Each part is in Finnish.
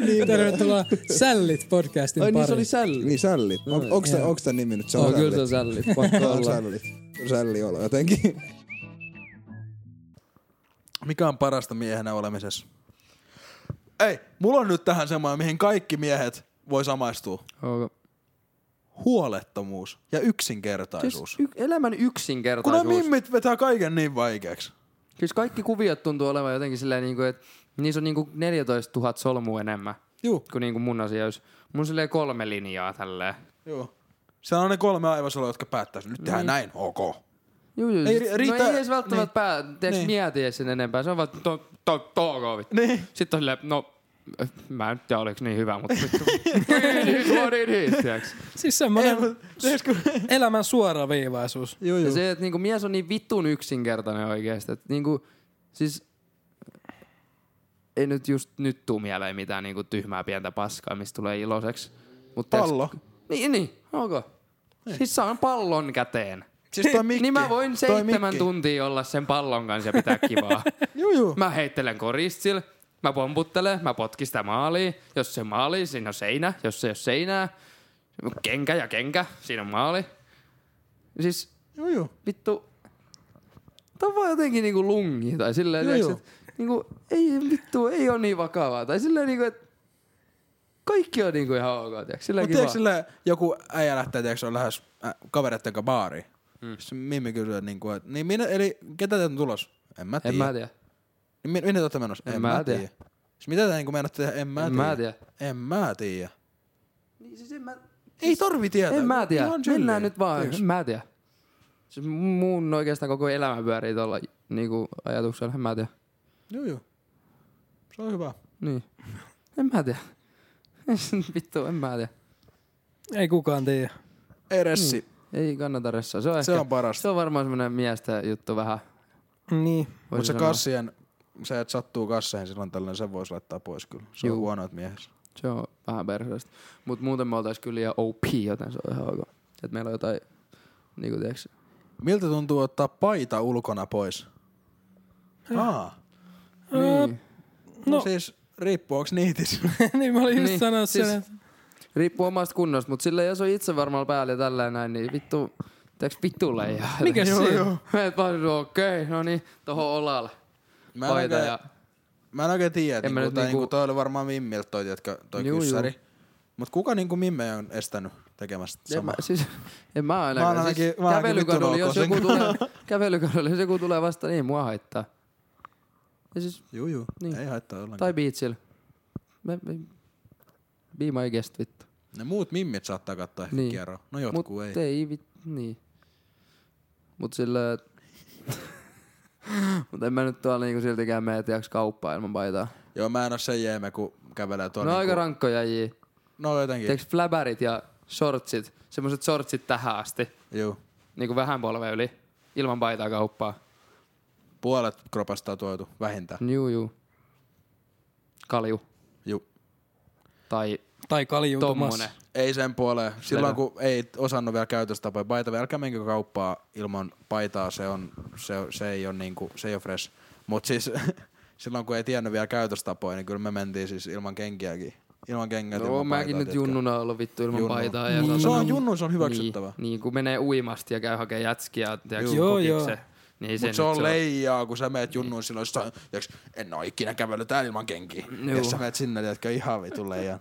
Tervetuloa Sällit podcastin pariin. Ai niin, se oli Sällit. Niin, Sällit. Onks tän nimi nyt? Se on kyllä se on Sällit. Pakko olla. Sälli olo jotenkin. Mikä on parasta miehenä olemisessa? Ei, mulla on nyt tähän semmoinen, mihin kaikki miehet voi samaistua. Okay. Huolettomuus ja yksinkertaisuus. Siis elämän yksinkertaisuus. Kun mimmit vetää kaiken niin vaikeaksi. Siis kaikki kuviot tuntuu olevan jotenkin silleen niinku, että niissä on niinku 14 000 solmua enemmän. Juu. Kuin niinku mun asioissa. Mun on silleen 3 linjaa tälleen. Joo. Siellä on ne 3 aivosoloa, jotka päättää sen. Nyt tehdään näin, ok. Joo. Ei no ei edes välttämättä niin. Mieti sen enempää. Se on vaan tooko vittu. Niin. Sitten on silleen, no mä en tiedä oliks niin hyvä, mutta vittu. What it is, tiiäks? Siis semmonen elämän suoraviivaisuus. Joo. Ja se, että niinku mies on niin vittun yksinkertainen oikeesti. Että niinku, siis ei nyt tuu mieleen mitään niinku tyhmää pientä paskaa, mistä tulee iloiseksi. Mut Pallo. Niin, ok. Siis saan pallon käteen. Siis toi mikki. Niin mä voin 7 tuntia olla sen pallon kanssa ja pitää kivaa. Joo. Mä heittelen korista sillä, mä pomputtelen, mä potkin sitä maaliin. Jos se maali, siinä on seinä. Jos se ei ole seinää, kenkä, siinä on maali. Siis, vittu, tää on vaan jotenkin niinku lungi. Tai silleen, että niinku, ei oo niin vakavaa. Tai silleen niinku, että kaikki on niinku ihan ok, tiiäks? Silleen kiva. Mutta silleen joku äijä lähtee, tiiäks, on lähes kavereitten kanssa baariin. Mimmi kysyy, niinku, että niin eli ketä te on tulos? En mä tiedä. Minne te ootte menossa? En mä tiedä. Siis mitä te niinku meinatte tehdä? En mä tiedä. Niin siis ei tarvi tietää. En mä tiedä. Ihan Mennään nyt vaan. En mä tiedä. Siis mun oikeastaan koko elämä pyörii tuolla niinku ajatuksella. En mä tiedä. Joo. Se on hyvä. Niin. En mä tiedä. Vittu, en mä tiedä. Ei kukaan tiedä. Ei ressi. Ei kannata ressaa. Se on parasta. Se on varmaan semmonen miesten juttu vähän. Niin. Mutta se kassien, se että sattuu kasseihin silloin tällainen, sen voisi laittaa pois kyllä. Se on huonoit miehessä. Se on vähän perseestä. Mut muuten me oltais kyllä liian OP, joten se on ihan ok. Et meillä on jotain, niinku tiiäks. Miltä tuntuu ottaa paita ulkona pois? Niin. No siis riippuu, onks niitis? niin mä olin just sanoa siis, sen. Riippuu omasta kunnosta, mut silleen jos on itse varmalla päällä ja tälleen näin, niin vittu, tiiäks vittulle ja. Mikä se on? Et vaan okei, no niin, tohon olalle. Paita ja. Mä en oikein tiedä, niinku toi oli varmaan Mimmiltä toi kyssäri. Mut kuka niinku Mimme on estänyt tekemästä samaa? En mä ainakaan. Siis kävelykadulla, jos joku tulee vasta, niin mua haittaa. Ja siis, Juu, niin. Ei haittaa ollenkaan. Tai beachillä. Be my guest, vittu. Ne muut mimmit saattaa katsoa ehkä niin. kierroa. No jotkut mut ei. Niin. Mut silleen, mut en mä nyt tuolla niinku siltikään mene tiiäks kauppaa ilman paitaa. Joo, mä en oo sen jeeme, kun kävelee tuolla. No aika rankkoja jii. No jotenkin. Tiiäks flabarit ja shortsit, semmoset shortsit tähän asti. Juu. Niinku vähän polve yli, ilman paitaa kauppaa. Puolet kropasta on tuotu, vähintään. Juu. Kalju. Juu. Tai kaljuutumassa. Ei sen puoleen. Silloin kun ei osannut vielä käytöstapoja paita, älkää menkö kauppaa ilman paitaa, se ei ole niinku, se ei ole fresh. Mut siis silloin kun ei tiennyt vielä käytöstapoja, niin kyllä me mentiin siis ilman kenkiäkin. Ilman kengät, ilman paitaa. Mäkin nyt junnuna ollut vittu ilman paitaa. Ja se on junnu, se on hyväksyttävä. Niin, kun menee uimasti ja käy hakee jätskiä, tiiäks, joo. Niin mut se on leijaa, kun sä meet junnuun silloin, tiiäks, en oo ikinä kävellyt täällä ilman kenkiä. Ja sä meet sinne, tiedätkö, ihan vitu leijaa.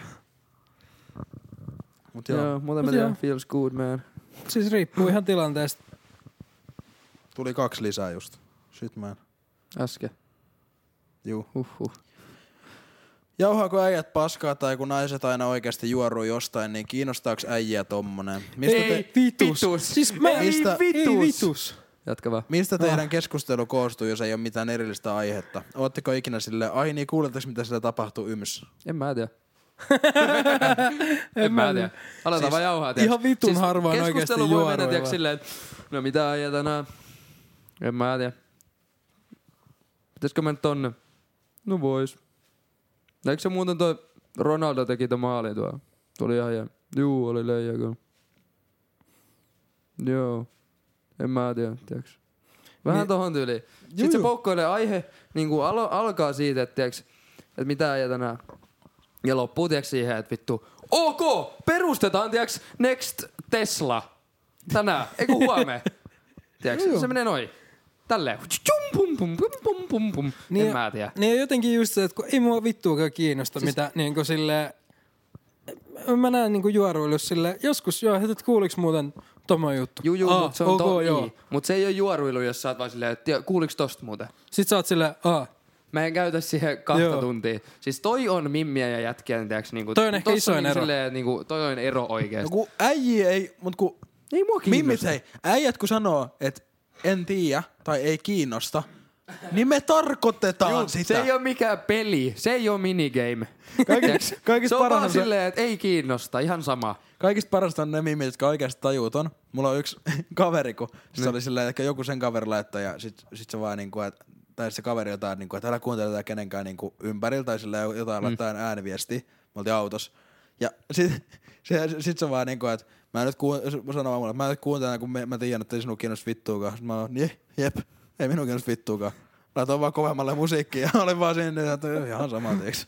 Joo, muuten mä tiedän, feels good, man. Siis riippuu ihan tilanteesta. Tuli 2 lisää just. Shit, man. Äsken. Juu. Jauhaako äijät paskaa tai kun naiset aina oikeasti juoruu jostain, niin kiinnostaako äijää tommonen? Ei vitus. Siis ei vitus. Jatka vaan. Mistä teidän keskustelu koostuu, jos ei ole mitään erillistä aihetta? Ootteko ikinä silleen, ai niin, kuuletteko mitä siellä tapahtuu yms? En mä tiedä. En mä tiedä. Aletaan siis vaan jauhaa. Ihan vitun harvaan oikeesti juoruu. Keskustelu voi mennä tiiäks silleen, että no mitä äijä tänään? En mä tiedä. Pitäisikö mennä tonne? No vois. Eikö se muuten toi Ronaldo teki ton maalin tuolla? Tuli ihan hieno. Juu, oli leijä kyllä. Joo. En mä tiedä, tiiäks. Vähän tohon tyyliin. Sitten se poukkoilee aihe, niinku alkaa siitä, että tiiäks, että mitä äijä tänään. Ja loppuu tiiäks siihen, että vittu, ok, perustetaan tiiäks Next Tesla tänään, eiku huomenna. Tiiäks, se menee noin. Tälleen. Niin en mä tiedä. Niin jotenkin just se, että kun ei mua vittuakaan kiinnosta, siis mitä niinku silleen... Mä näen niinku juoruilus silleen, joskus joo, että kuuliks muuten tommoinen juttu? Juu, mut se on niin. Mut se ei oo juoruilu, jos sä oot vaan silleen, että kuuliks tosta muuten? Sit sä oot silleen, Mä en käytä siihen 2 tuntia. Siis toi on mimmiä ja jätkiä, tiiäks niinku... Toi on ehkä isoin ero. Silleen, niinku, toi on ero oikeesti. No kun äijä ei, mut kun... Ei mua kiinnosta. Mimmit hei, äijät kun sanoo, että en tiedä tai ei kiinnosta, niin me tarkoitetaan sitä. Se ei oo mikään peli. Se ei oo minigame. Kaikista se on vaan silleen, että ei kiinnosta. Ihan sama. Kaikista parasta on ne mimmit, jotka oikeasti tajuuton. Mulla on yksi kaveri, kun se oli silleen, että joku sen kaveri laittoi ja sit se vaan niinku, että tai se kaveri jotain niinku, että älä kuuntele tätä kenenkään niinku ympärillä tai silleen jotain laittaa ääniviestiä. Me oltiin autossa. Ja sit se vaan niinku, että mä nyt kuuntelen, kun mä tiedän, että ei sinua kiinnosta vittuukaan. Sitten mä oon, jep, ei minua kiinnosta vittuukaan. Laitoin vaan kovemmalle musiikkia ja olin vaan siinä, että ihan sama, tiiäks.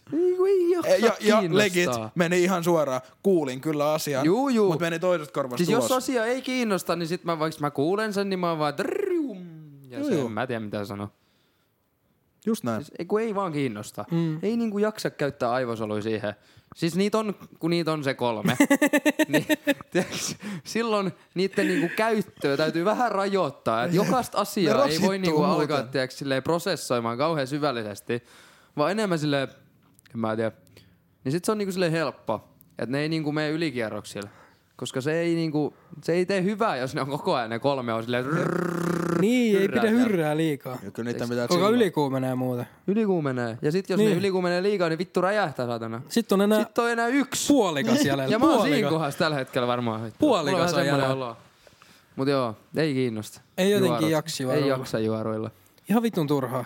Ja legit meni ihan suoraan. Kuulin kyllä asian, mut meni toisesta korvasta siis tulos. jos asia ei kiinnosta, niin sit vaikka mä kuulen sen, niin mä oon vaan ja se mä en tiedä mitä sanoo. Just näin. Siis, kun ei vaan kiinnosta. Ei niinku jaksa käyttää aivosoluja siihen. Siis niitä on, kun niitä on se 3. niin, tiiäks, silloin niitten niinku käyttöä täytyy vähän rajoittaa. Et jokaista asiaa ei voi niinku alkaa tiiäks, silleen prosessoimaan kauhean syvällisesti. Vaan enemmän silleen, en mä tiedä. Niin sit se on niinku silleen helppo. Että ne ei niinku mene ylikierroksilla. Koska se ei tee hyvää, jos ne on koko ajan ne 3 on silleen niin, ei pidä hyrrää liikaa. Koska ylikuumenee muuten. Ylikuumenee. Ja sit jos ne ylikuumenee liikaa, niin vittu räjähtää saatana. Sitten on enää 1. Puolikas jäljellä. Ja mä oon siinä kohdassa tällä hetkellä varmaan. Puolikas on jäljellä. Mut joo, ei kiinnosta. Ei jotenkin jaksi juoruilla. Ei jaksa juoruilla. Ihan vitun turhaa.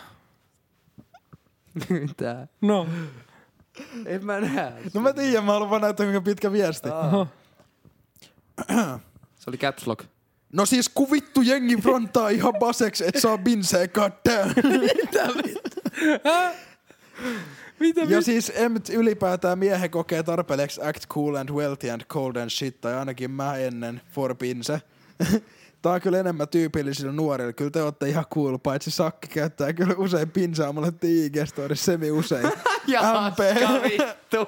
Mitä? No. En mä näe. No mä tiedän, mä haluan vaan näyttää kuinka pitkä viesti. Se oli caps lock. No siis ku vittu jengi fronttaa ihan baseks, et saa binsee goddamn. Mitä? Ja siis ylipäätään miehen kokee tarpeelleeksi act cool and wealthy and cold and shit, tai ainakin mä ennen for binse. Tää on kyllä enemmän tyypillisillä nuorilla. Kyllä te ootte ihan cool, paitsi Sakki käyttää kyllä usein pinsaa mulle IG-stories semi usein. Jaska vittu.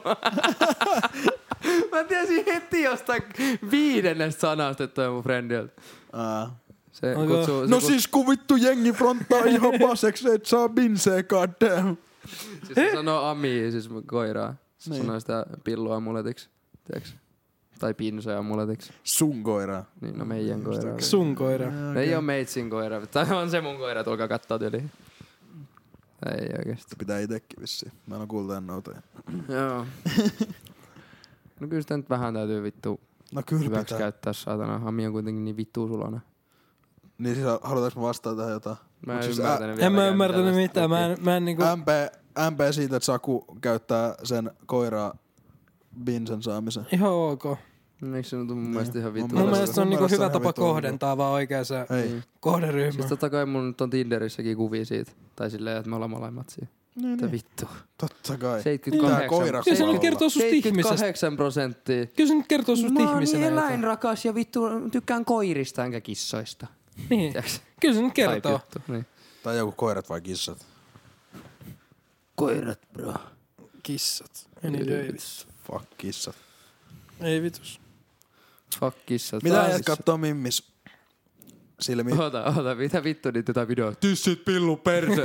Mä tiesin heti jostain 5. sanasta, että toi on mun friendiltä. Se kutsuu, siis kun vittu jengi fronttaa ihan baseks, et saa binsee goddamn. Siis se sanoo Ami, siis koiraa. Se sanoo sitä pillua amuletiksi, tiiäks? Tai pinsoja amuletiksi. Sun koiraa. Niin, no meidän koiraa. Sun koira. Ei oo meitsin koira. Tai on se mun koira, tulkaa kattoo tyyliin. Ei oikeesti. Pitää itekin vissiin. Mä en oo kuullut tän noutoja. Joo. No kyllä sitä nyt vähän täytyy vittu hyväksi käyttää, saatana. Ami on kuitenkin niin vittu sulona. Niin siis halutaanko mä vastaa tähän jotain? En mä ymmärtänyt mitään. Mä en niinku... MP siitä, että Saku käyttää sen koiraa binsen saamisen. Ihan ok. Eikö se nyt mun mielestä ihan vittu? Mun mielestä se on niinku hyvä tapa kohdentaa vaan oikeaan kohderyhmään. Siis totta kai mun nyt on Tinderissäkin kuvia siitä. Tai silleen, että me ollaan molemmat siinä. Mitä vittu? Totta kai. 78%. Kyllä se nyt kertoo susta ihmisestä. 78%. Kyllä se nyt kertoo susta ihmisenä jotain. Mä oon eläinrakas ja vittu tykkään koirista enkä kissoista. Niin. Kyllä se nyt kertoo. Niin. Tai joku koirat vai kissat? Koirat, bro. Kissat. Anyways. Fuck kissat. Ei vitus. Fuck kissat. Mitä ajat kattoo mimmis silmiin? Ota, mitä vittu niitä jotain videoa? Tyssit pillu perse.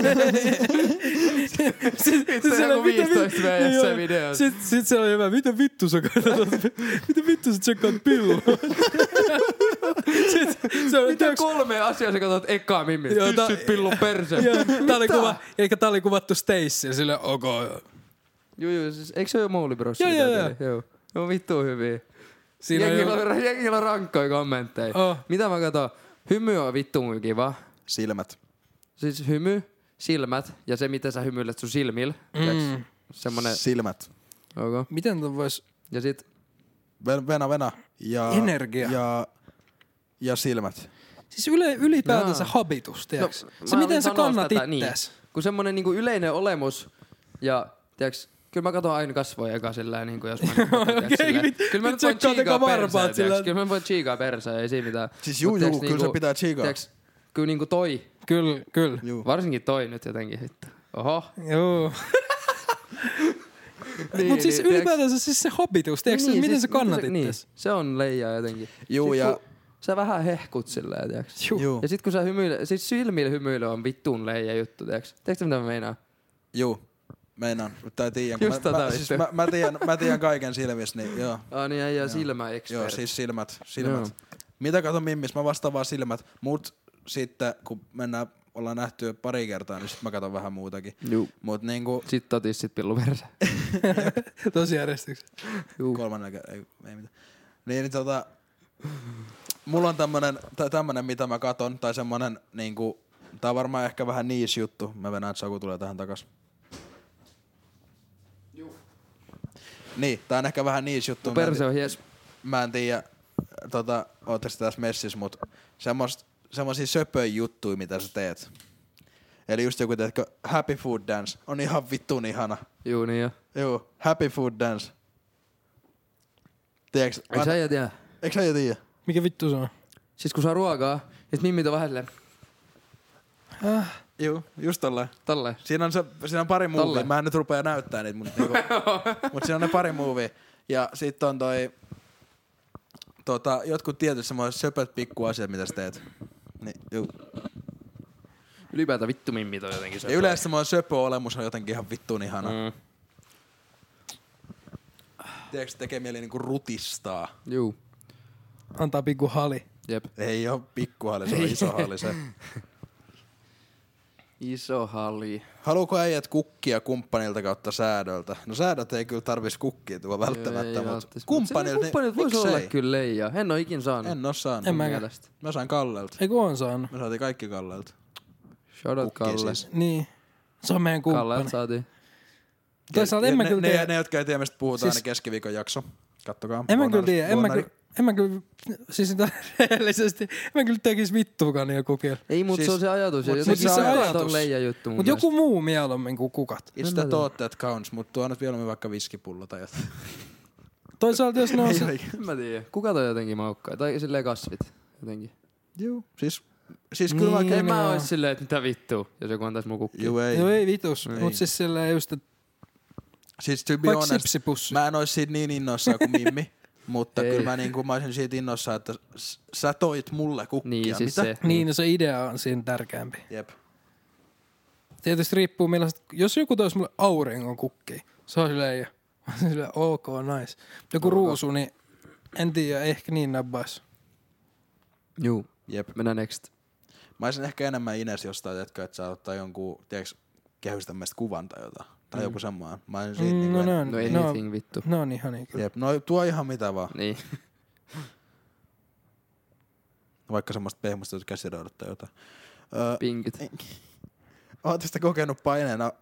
Sitten joku 15 se video. Sitten se oli hyvä. Mitä vittu sä katsot? Mitä vittu sä tsekkaat pillua? Mitä 3 asiaa sä katsot ekaa mimmiä? Tyssit pillu perse. Tää oli kuvattu Stacy. Silleen ok. Joo, siis eikö se ole Mouli Bros? Joo. No vittu hyviä. Jengillä on rankkoja kommentteja. Mitä mä katson? Hymy on vittu mun kiva. Silmät. Siis hymy, silmät ja se mitä sä hymyilet sun silmillä. Semmonen... Silmät. Okay. Miten ton vois... Ja sit... Vena. Ja... Energia. Ja silmät. Siis ylipäätänsä habitus, tiiäks? Se miten sä kannat ittees. Niin. Kun semmonen niinku yleinen olemus ja tiiäks... Kyllä mä katon aina kasvoja eka sillä niinku jos mä kyllä mä nyt voin tsekkaa varpaat perseen. Kyllä mä voin chiikaa perseen, ei siinä mitään. Siis juu, kyllä se pitää chiikaa. Kyllä niinku toi. Kyllä. Juu. Varsinkin toi nyt jotenkin hitto. Oho. Joo. Mut siis ylipäätänsä siis se hobitus, tiedätkö Niin, miten siis sä kannat niin, itses? se on leijaa jotenkin. Juu, sit, ja... Sä vähän hehkut silleen, tiiäks. Juu. Ja sit kun sä hymyilet, sit silmillä hymyily on vittuun leija juttu, tiiäks. Tiedätkö mitä mä meinaan? Juu. Meinaan, mutta tiedän. Just Siis mä tiedän kaiken silmissä, niin joo. Niin ja silmäekspert. Joo, siis silmät. Mitä kato Mimmis? Mä vastaan vaan silmät. Mut sitten, kun ollaan nähty pari kertaa, niin sit mä katon vähän muutakin. Juu. Mut niinku... Sit totis sit pillu verse. Tosi järjestyksessä. Kolmannen ei mitään. Niin mulla on tämmönen, mitä mä katon, tai semmonen niinku... Tää on varmaan ehkä vähän niche juttu. Mä venään, että Saku tulee tähän takas. Juu. Niin, tää on ehkä vähän niche juttu. Perse on hies. Mä en tiedä, ootteko tässä messissä, mut semmosia söpöjä juttuja, mitä sä teet. Eli just joku, teetkö, Happy Food Dance on ihan vittun ihana. Juu, niin jo. Juu, Happy Food Dance. Tiedätkö? Eikö sä tiedä? Eikö sä tiedä? Mikä vittu se on? Siis kun saa ruokaa, sit mimmit on vähän silleen. Juu, just tolleen. Tolleen. Siinä on pari movie. Mä en nyt rupea näyttää niitä, mut siinä on ne pari movie. Ja sit on jotkut tietyt semmoiset söpöt pikkuasiat, mitä sä teet. Niin, juu. Ylipäätään vittu mimmit on jotenkin söpöä. Ja yleensä semmoinen söpö-olemus on jotenkin ihan vittun ihana. Tiedätkö, tekee mieli niinku rutistaa. Juu. Antaa pikku hali. Jep. Ei oo pikkuhalli, se on iso halli se. Iso halli. Haluuko äijät kukkia kumppanilta kautta säädöltä? No säädöt ei kyllä tarvis kukkia tuo välttämättä, mutta kumppanilta kumppanilta voisi olla kyllä leijaa. En oo ikin saanut. En oo saanut. En mäkään. Mä sain Kallelta. Ei kun on saanut. Me saatiin kaikki Kallelta. Shoutout Kalle. Siis. Niin. Se on meidän kumppani. Kallelta saatiin. Toisaalta en mä kyllä tiedä. Ne, jotka ei tiedä, mistä puhutaan, Siis- niin keskiviikon jakso. Kattokaa. En mä kyllä tiedä. En mä kyllä, siis rehellisesti, en mä kyllä tekis vittuakaan niillä kukilla. Ei, mut Siis- se on se ajatus. mut Ja siis jotenkin se se ajatus. on leija juttu mun Mut joku muu mieluummin kuin kukat. It's the thought that counts, mutta tuo nyt vielä vaikka viskipullo tai jotain. Toisaalta jos ne on se, En mä tiedä. Kukat on jotenkin maukkaa. Tai silleen kasvit. Jotenkin. Juu. Siis kyllä vaikka... En mä joo. ois silleen, että mitä vittua, jos joku antais mun kukkia. Juu, ei. joo ei vitus, Ei. mut siis silleen just, että Siis to be vaikka honest, sipsipussi. mä en ois siitä niin innoissaan kuin Mimmi. Mutta Ei. kyllä mä olisin siitä innoissaan, että sä toit mulle kukkia. Niin, siis mitä? se. Niin, no se idea on siinä tärkeämpi. Jep. Tietysti riippuu millaista, jos joku tois mulle auringon kukkia, se on silleen, ok, nice. Joku ruusu, niin en tiedä, ehkä niin nabbais. Juu. Jep. Mennään next. Mä olisin ehkä enemmän Ines jostain, että saa ottaa jonkun, tiedätkö, kehystämästä kuvan tai jotain. Tai joku semmoinen. Mä olisin siitä niinku... No, No anything vittu. ne on ihan niin kyllä. Jep, no tuo ihan mitä vaan. Niin. Vaikka semmoista pehmustetut käsiraudat tai jotain. Pinkit. Ootteko te kokenut paineena...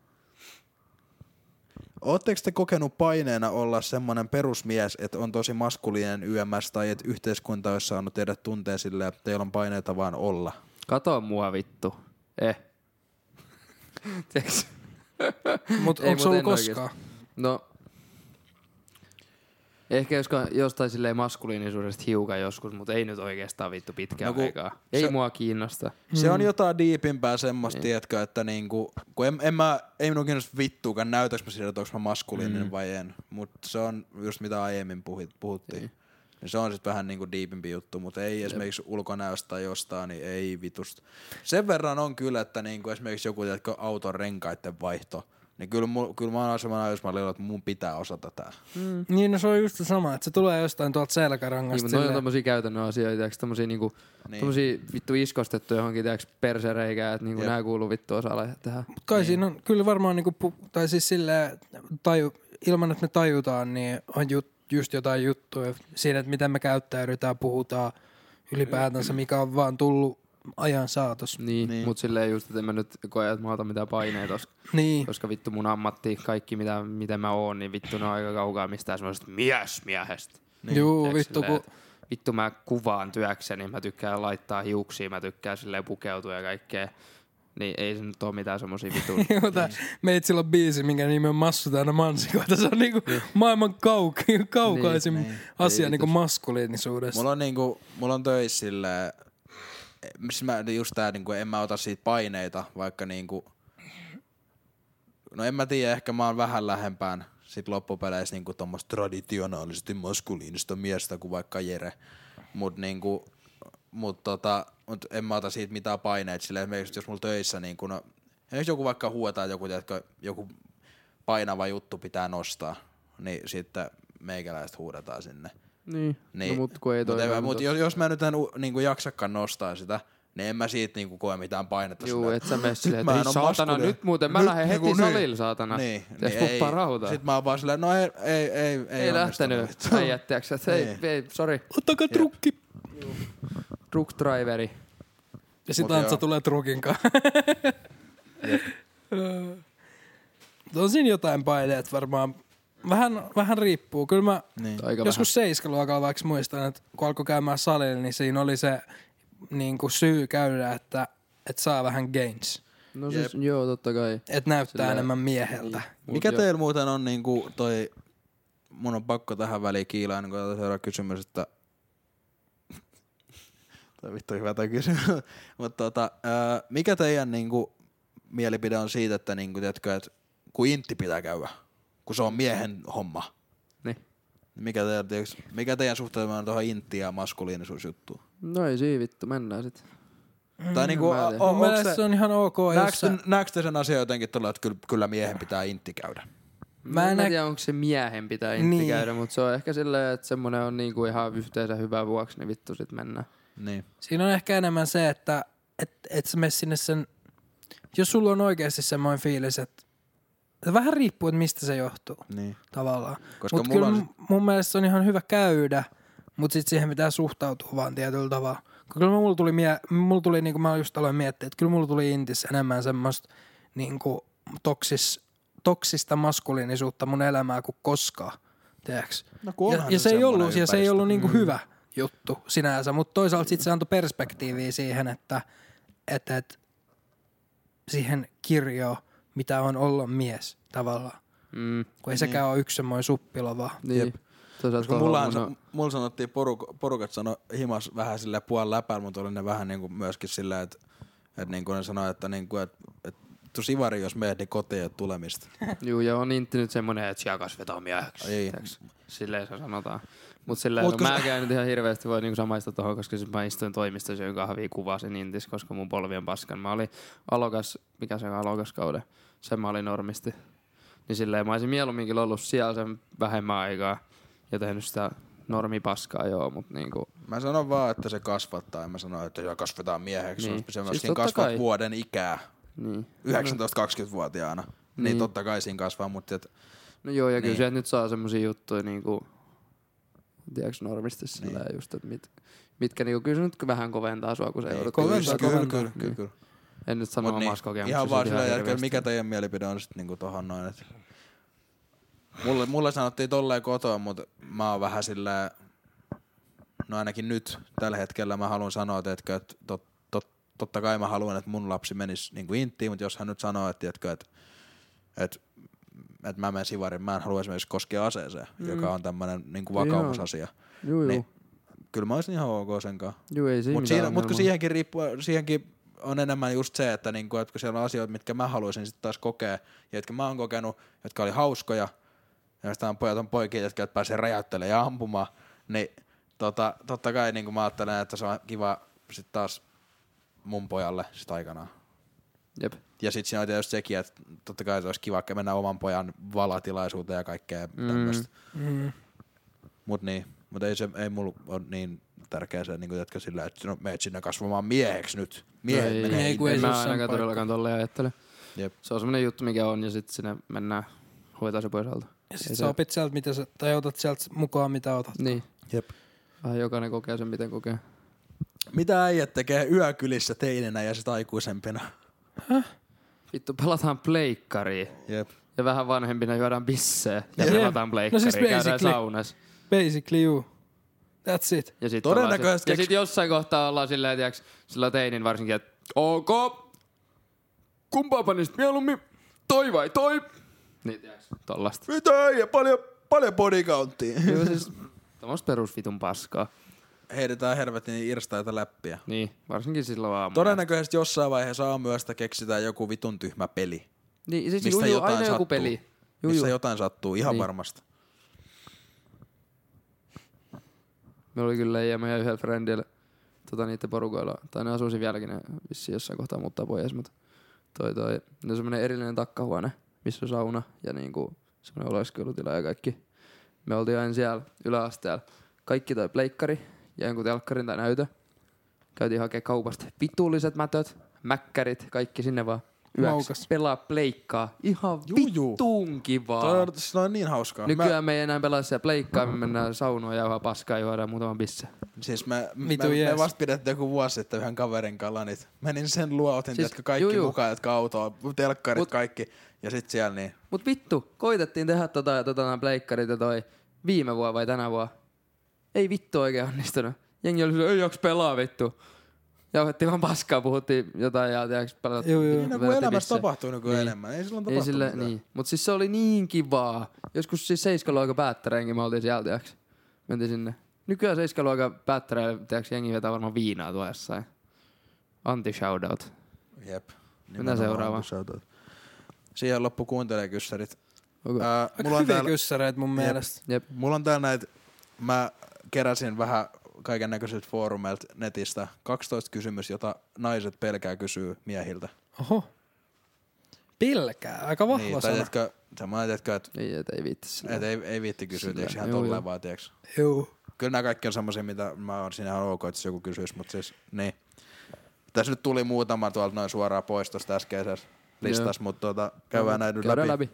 Ootteko te kokenut paineena olla semmonen perusmies, että on tosi maskuliinen YMS tai että yhteiskunta olisi saanut teidät tuntea silleen, että teillä on paineita vaan olla? Kato mua vittu. Tiedätkö? Mut Ei, onko se mut ollut en koskaan? No. Ehkä jostain silleen maskuliinisuudesta hiukan joskus, mutta ei nyt oikeastaan vittu pitkään aikaa. Ei mua kiinnosta. Se on jotain diipimpää semmoista, tiedätkö, että niinku, kun ei minun kiinnosta vittuukaan, näytäks mä siitä, että onko mä maskuliininen vai en. Mut se on just mitä aiemmin puhuttiin. Niin. Ja se on sit vähän niinku diipimpi juttu, mutta ei esimerkiksi ulkonäöstä tai jostain, niin ei vitusta. Sen verran on kyllä, että niinku esimerkiksi joku tiedätkö, auton renkaiden vaihto, niin kyllä mä oon semmoinen ajatusmallilla, että mun pitää osata tää. Niin, no se on just se sama, että se tulee jostain tuolta selkärangasta. Niin, mutta noi on tommosia käytännön asioita, tiiäks, tommosia niinku, tommosia vittu iskostettu johonkin, tiiäks, persereikää, että niinku nää kuuluu vittu osalle tähän. Kai siinä on kyllä varmaan niinku, tai siis silleen, ilman että me tajutaan, niin on just jotain juttuja siinä, että miten me käyttäydytään, puhutaan ylipäätänsä, mikä on vaan tullut ajan saatossa. Niin, mut silleen just, että en mä nyt koe, että mä otan mitään paineita, Niin. koska vittu mun ammatti, kaikki miten mä oon, niin vittu ne on aika kaukaa mistään semmoisesta miehestä. Niin. Juu, Tiedätkö, vittu silleen, kun... Vittu mä kuvaan työkseni, mä tykkään laittaa hiuksia, mä tykkään silleen pukeutua ja kaikkea. Niin ei se nyt oo mitään semmosia vitun. Mutta meitsillä on biisi, minkä nimi on Massu täynnä mansikoita. Se on niinku maailman kaukaisin asia niinku maskuliinisuudesta. Mulla on töissä silleen, siis mä just tää niinku, en mä ota siitä paineita, vaikka niinku, no en mä tiedä, ehkä mä oon vähän lähempään sit loppupeleissä niinku tommoista traditionaalisesti maskuliinista miestä kuin vaikka Jere. Mut en mä ota siitä mitään paineita silleen, esimerkiksi jos mulla töissä niinku, no, jos joku vaikka huutaa joku painava juttu pitää nostaa, niin sitten meikäläiset huudetaan sinne. Niin. No, mut kun ei toi. Mut jos mä nyt en niinku jaksakaan nostaa sitä, niin en mä siitä niinku koe mitään painetta. Juu, et sä mene silleen, että ei saatana nyt muuten, mä lähden heti salille saatana. Niin, puppaa rautaa. Sit mä oon vaan silleen, no ei lähtenyt äijät, tiiäks, että ei, sori. Ottakaa trukki. Truck-driveri. Ja sit Antsa tulee trukin kanssa. On siinä jotain paineet varmaan. Vähän riippuu. Kyllä mä joskus 7-luokalla vaikka muistan, että kun alkoi käymään salilla, niin siinä oli se niinku syy käydä, että saa vähän gains. No siis joo, totta kai. Että näyttää enemmän mieheltä. Mikä teillä muuten on niinku toi, mun on pakko tähän väliin kiilaa, niin kun otetaan seuraava kysymys, että toi vittu hyvä toi kysymys. Mutta mikä teidän niinku mielipide on siitä, että niinku tiedätkö, että kun intti pitää käydä, kun se on miehen homma. Niin. Mikä teidän suhtautuminen on tuohon intti- ja maskuliinisuusjuttuun? No ei siinä vittu, mennään sit. Tai niinku, mun mielestä se on ihan ok. Näetkö te sen asian jotenkin tuolla, että kyllä miehen pitää intti käydä? Mä en tiedä, onko se miehen pitää intti käydä, mutta se on ehkä silleen, että semmonen on niinku ihan yhteensä hyvä vuoksi, niin vittu sit mennään. Niin. Siinä on ehkä enemmän se, että et sä mene sinne sen, jos sulla on oikeasti semmoinen fiilis, että vähän riippuu, että mistä se johtuu tavallaan. Mutta kyllä mun mielestä se on ihan hyvä käydä, mutta sitten siihen pitää suhtautua vaan tietyllä tavalla. Kyllä mulla tuli niin kuin mä just aloin miettiä, että kyllä mulla tuli intissä enemmän semmoista niin kuin toksista maskuliinisuutta mun elämää kuin koskaan, tiedäks? No, ja se ei ollut niin kuin hyvä juttu sinänsä, mutta toisaalta sitten se antoi perspektiiviä siihen, että siihen kirjoon, mitä on olla mies tavallaan. Kun ei sekään ole yksi semmoinen suppila vaan. Niin. Mulla sanottiin porukat sanoi himas vähän silleen puolella läpäällä, mutta oli ne vähän niinku myöskin silleen, että niinku ne sanoi, että niinku, tuu sivari, jos meet, niin kotiin ei ole tulemista. Juu, ja on intti nyt semmonen, että siellä kasvetaan mieheksi. Silleen se sanotaan. Mut silleen, mä käyn nyt ihan hirveästi voi niinku samaista tohon, koska siis mä istuin toimistossa, jonka kahvia kuvasin intis, koska mun polvi on paskan. Mä olin mikä se on alokaskauden? Sen mä olin normisti. Niin silleen mä olisin mieluumminkin ollut siellä sen vähemmän aikaa ja tehnyt sitä normipaskaa mut niinku. Mä sanon vaan, että se kasvattaa, en mä sano, että siellä kasvetaan mieheksi. Niin. Se myöskin siis kasvat vuoden ikää. Niin. 19-20-vuotiaana. Niin totta kai siinä kasvaa, mutta no joo, ja kyllä sieltä nyt saa semmosia juttuja niinku, tiedätkö normisti sillä just, että mitkä niinku, kyllä se nyt vähän koventaa sua, kun se joudut. Kyllä. En nyt sano omassa kokemuksessa. Ihan vaan sillä jälkeen, mikä teidän mielipide on sit niinku tohon noin, että mulle sanottiin tolleen kotoa, mutta mä oon vähän silleen, no ainakin nyt tällä hetkellä mä haluan sanoa, että totta kai mä haluan, että mun lapsi menisi niinku inttiin, mutta jos hän nyt sanoo, että mä menen sivarin, mä en halua esimerkiksi koskea aseeseen, joka on tämmönen niinku vakaumusasia. Niin kyllä mä olisin ihan ok senkaan. Joo, ei siinä mutta siihenkin on enemmän just se, että niinku, että kun siellä on asioita, mitkä mä haluaisin sitten taas kokea, ja jotka mä oon kokenut, jotka oli hauskoja, ja sitten pojat on poikia, jotka pääsee räjäyttelemään ja ampumaan, niin totta kai niin mä ajattelen, että se on kiva sitten taas mun pojalle sit aikanaan. Jep. Ja sit siinä on tietysti sekin, että totta kai se olisi kiva mennä oman pojan valatilaisuuteen ja kaikkea tämmöistä. Mut ei mulla ole niin tärkeä se, niin että sillä, että meet sinne kasvamaan mieheksi nyt. Ei mä ainakaan todellakaan tolleen ajattele. Jep. Se on semmonen juttu, mikä on, ja sit sinne mennään hoitaa se pois alta. Ja sit sä opit sieltä, tai otat sieltä mukaan, mitä otat. Niin. Jep. Vähän jokainen kokee sen, miten kokee. Mitä äijät tekee yökylissä teininä ja sit aikuisempina? Vittu, pelataan pleikkariin. Jep. Ja vähän vanhempina juodaan bisseä. Ja pelataan pleikkariin. No siis käydään saunassa. Basically you. That's it. Ja sit jossain kohtaa ollaan silleen, tiiäks, sillä teinin varsinkin, että ok. kumpaa panisit mieluummin? Toi vai toi? Niin tiiäks, tollasta. Mitä ei, paljon body countia. Joo siis, tommoista perusvitun paskaa. Heitetään helvetin irstaita läppiä. Niin, varsinkin silloin aamulla. Todennäköisesti jossain vaiheessa aamuyöstä keksitään joku vitun tyhmä peli. Niin, siis mistä jotain aina sattuu. joku peli. Missä jotain sattuu, ihan niin. varmasti. Meillä oli kyllä ja meidän yhdellä friendillä niiden porukoilla, tai ne asuisi vieläkin, ne vissiin jossain kohtaa muuttaa pois, mutta ne on semmoinen erillinen takkahuone, missä on sauna ja niinku semmoinen oleskelutila ja kaikki. Me oltiin aina siellä yläasteella. Kaikki toi pleikkari ja jonkun telkkarin tai näytö. Käytiin hakea kaupasta vitulliset mätöt, mäkkärit, kaikki sinne vaan yöksi. Pelaa pleikkaa. Ihan vittuun kivaa. Toi on niin hauskaa. Nykyään me ei enää pelaa siellä pleikkaa, me mennään saunoon ja jauhaa paskaa ja juodaan muutaman bisse. Siis me vasta pidettiin joku vuosi sitten yhden kaverin kalanit. Menin sen luo, otin siis, kaikki mukaan, jotka autoa, telkkarit kaikki. Ja sit siellä niin. Mut vittu, koitettiin tehdä pleikkarit ja toi viime vuonna vai tänä vuonna. Ei vittu oikein onnistunut. Jengi oli ei joks pelaa vittu. Jauhettiin vaan paskaa, puhuttiin jotain ja tiiäks pelattiin. Niin kuin elämässä tapahtuu niin enemmän. Ei silloin tapahtunut mitään. Niin. Mut siis se oli niin kivaa. Joskus siis 7-luokan päättäreenkin me oltiin siellä tiiäks. Mentiin sinne. Nykyään 7-luokan päättäreellä tiiäks jengi vetää varmaan viinaa tuo jossain. Anti-shoutout. Jep. Mennään seuraavaan. Siihen loppu kuuntelijakyssärit. Okay. Mulla on hyviä kyssäreitä mun mielestä. Jep. Mulla on täällä näitä, mä keräsin vähän kaiken näköisiltä foorumeilta netistä 12 kysymys, jota naiset pelkää kysyy miehiltä. Oho. Pelkää? Aika vahva niin, sana. Semmoinen, että ei viitti sillä. Ei viitti kysyä, tiiäks ihan tolleen vaan, tiiäks. Joo. Kyllä nämä kaikki on semmosia, mitä mä oon siinä ihan ok, että joku kysyis, mut siis, niin. Tässä nyt tuli muutama tuolta noin suoraan pois tosta äskeisessä listassa, mutta käydään näitä läpi.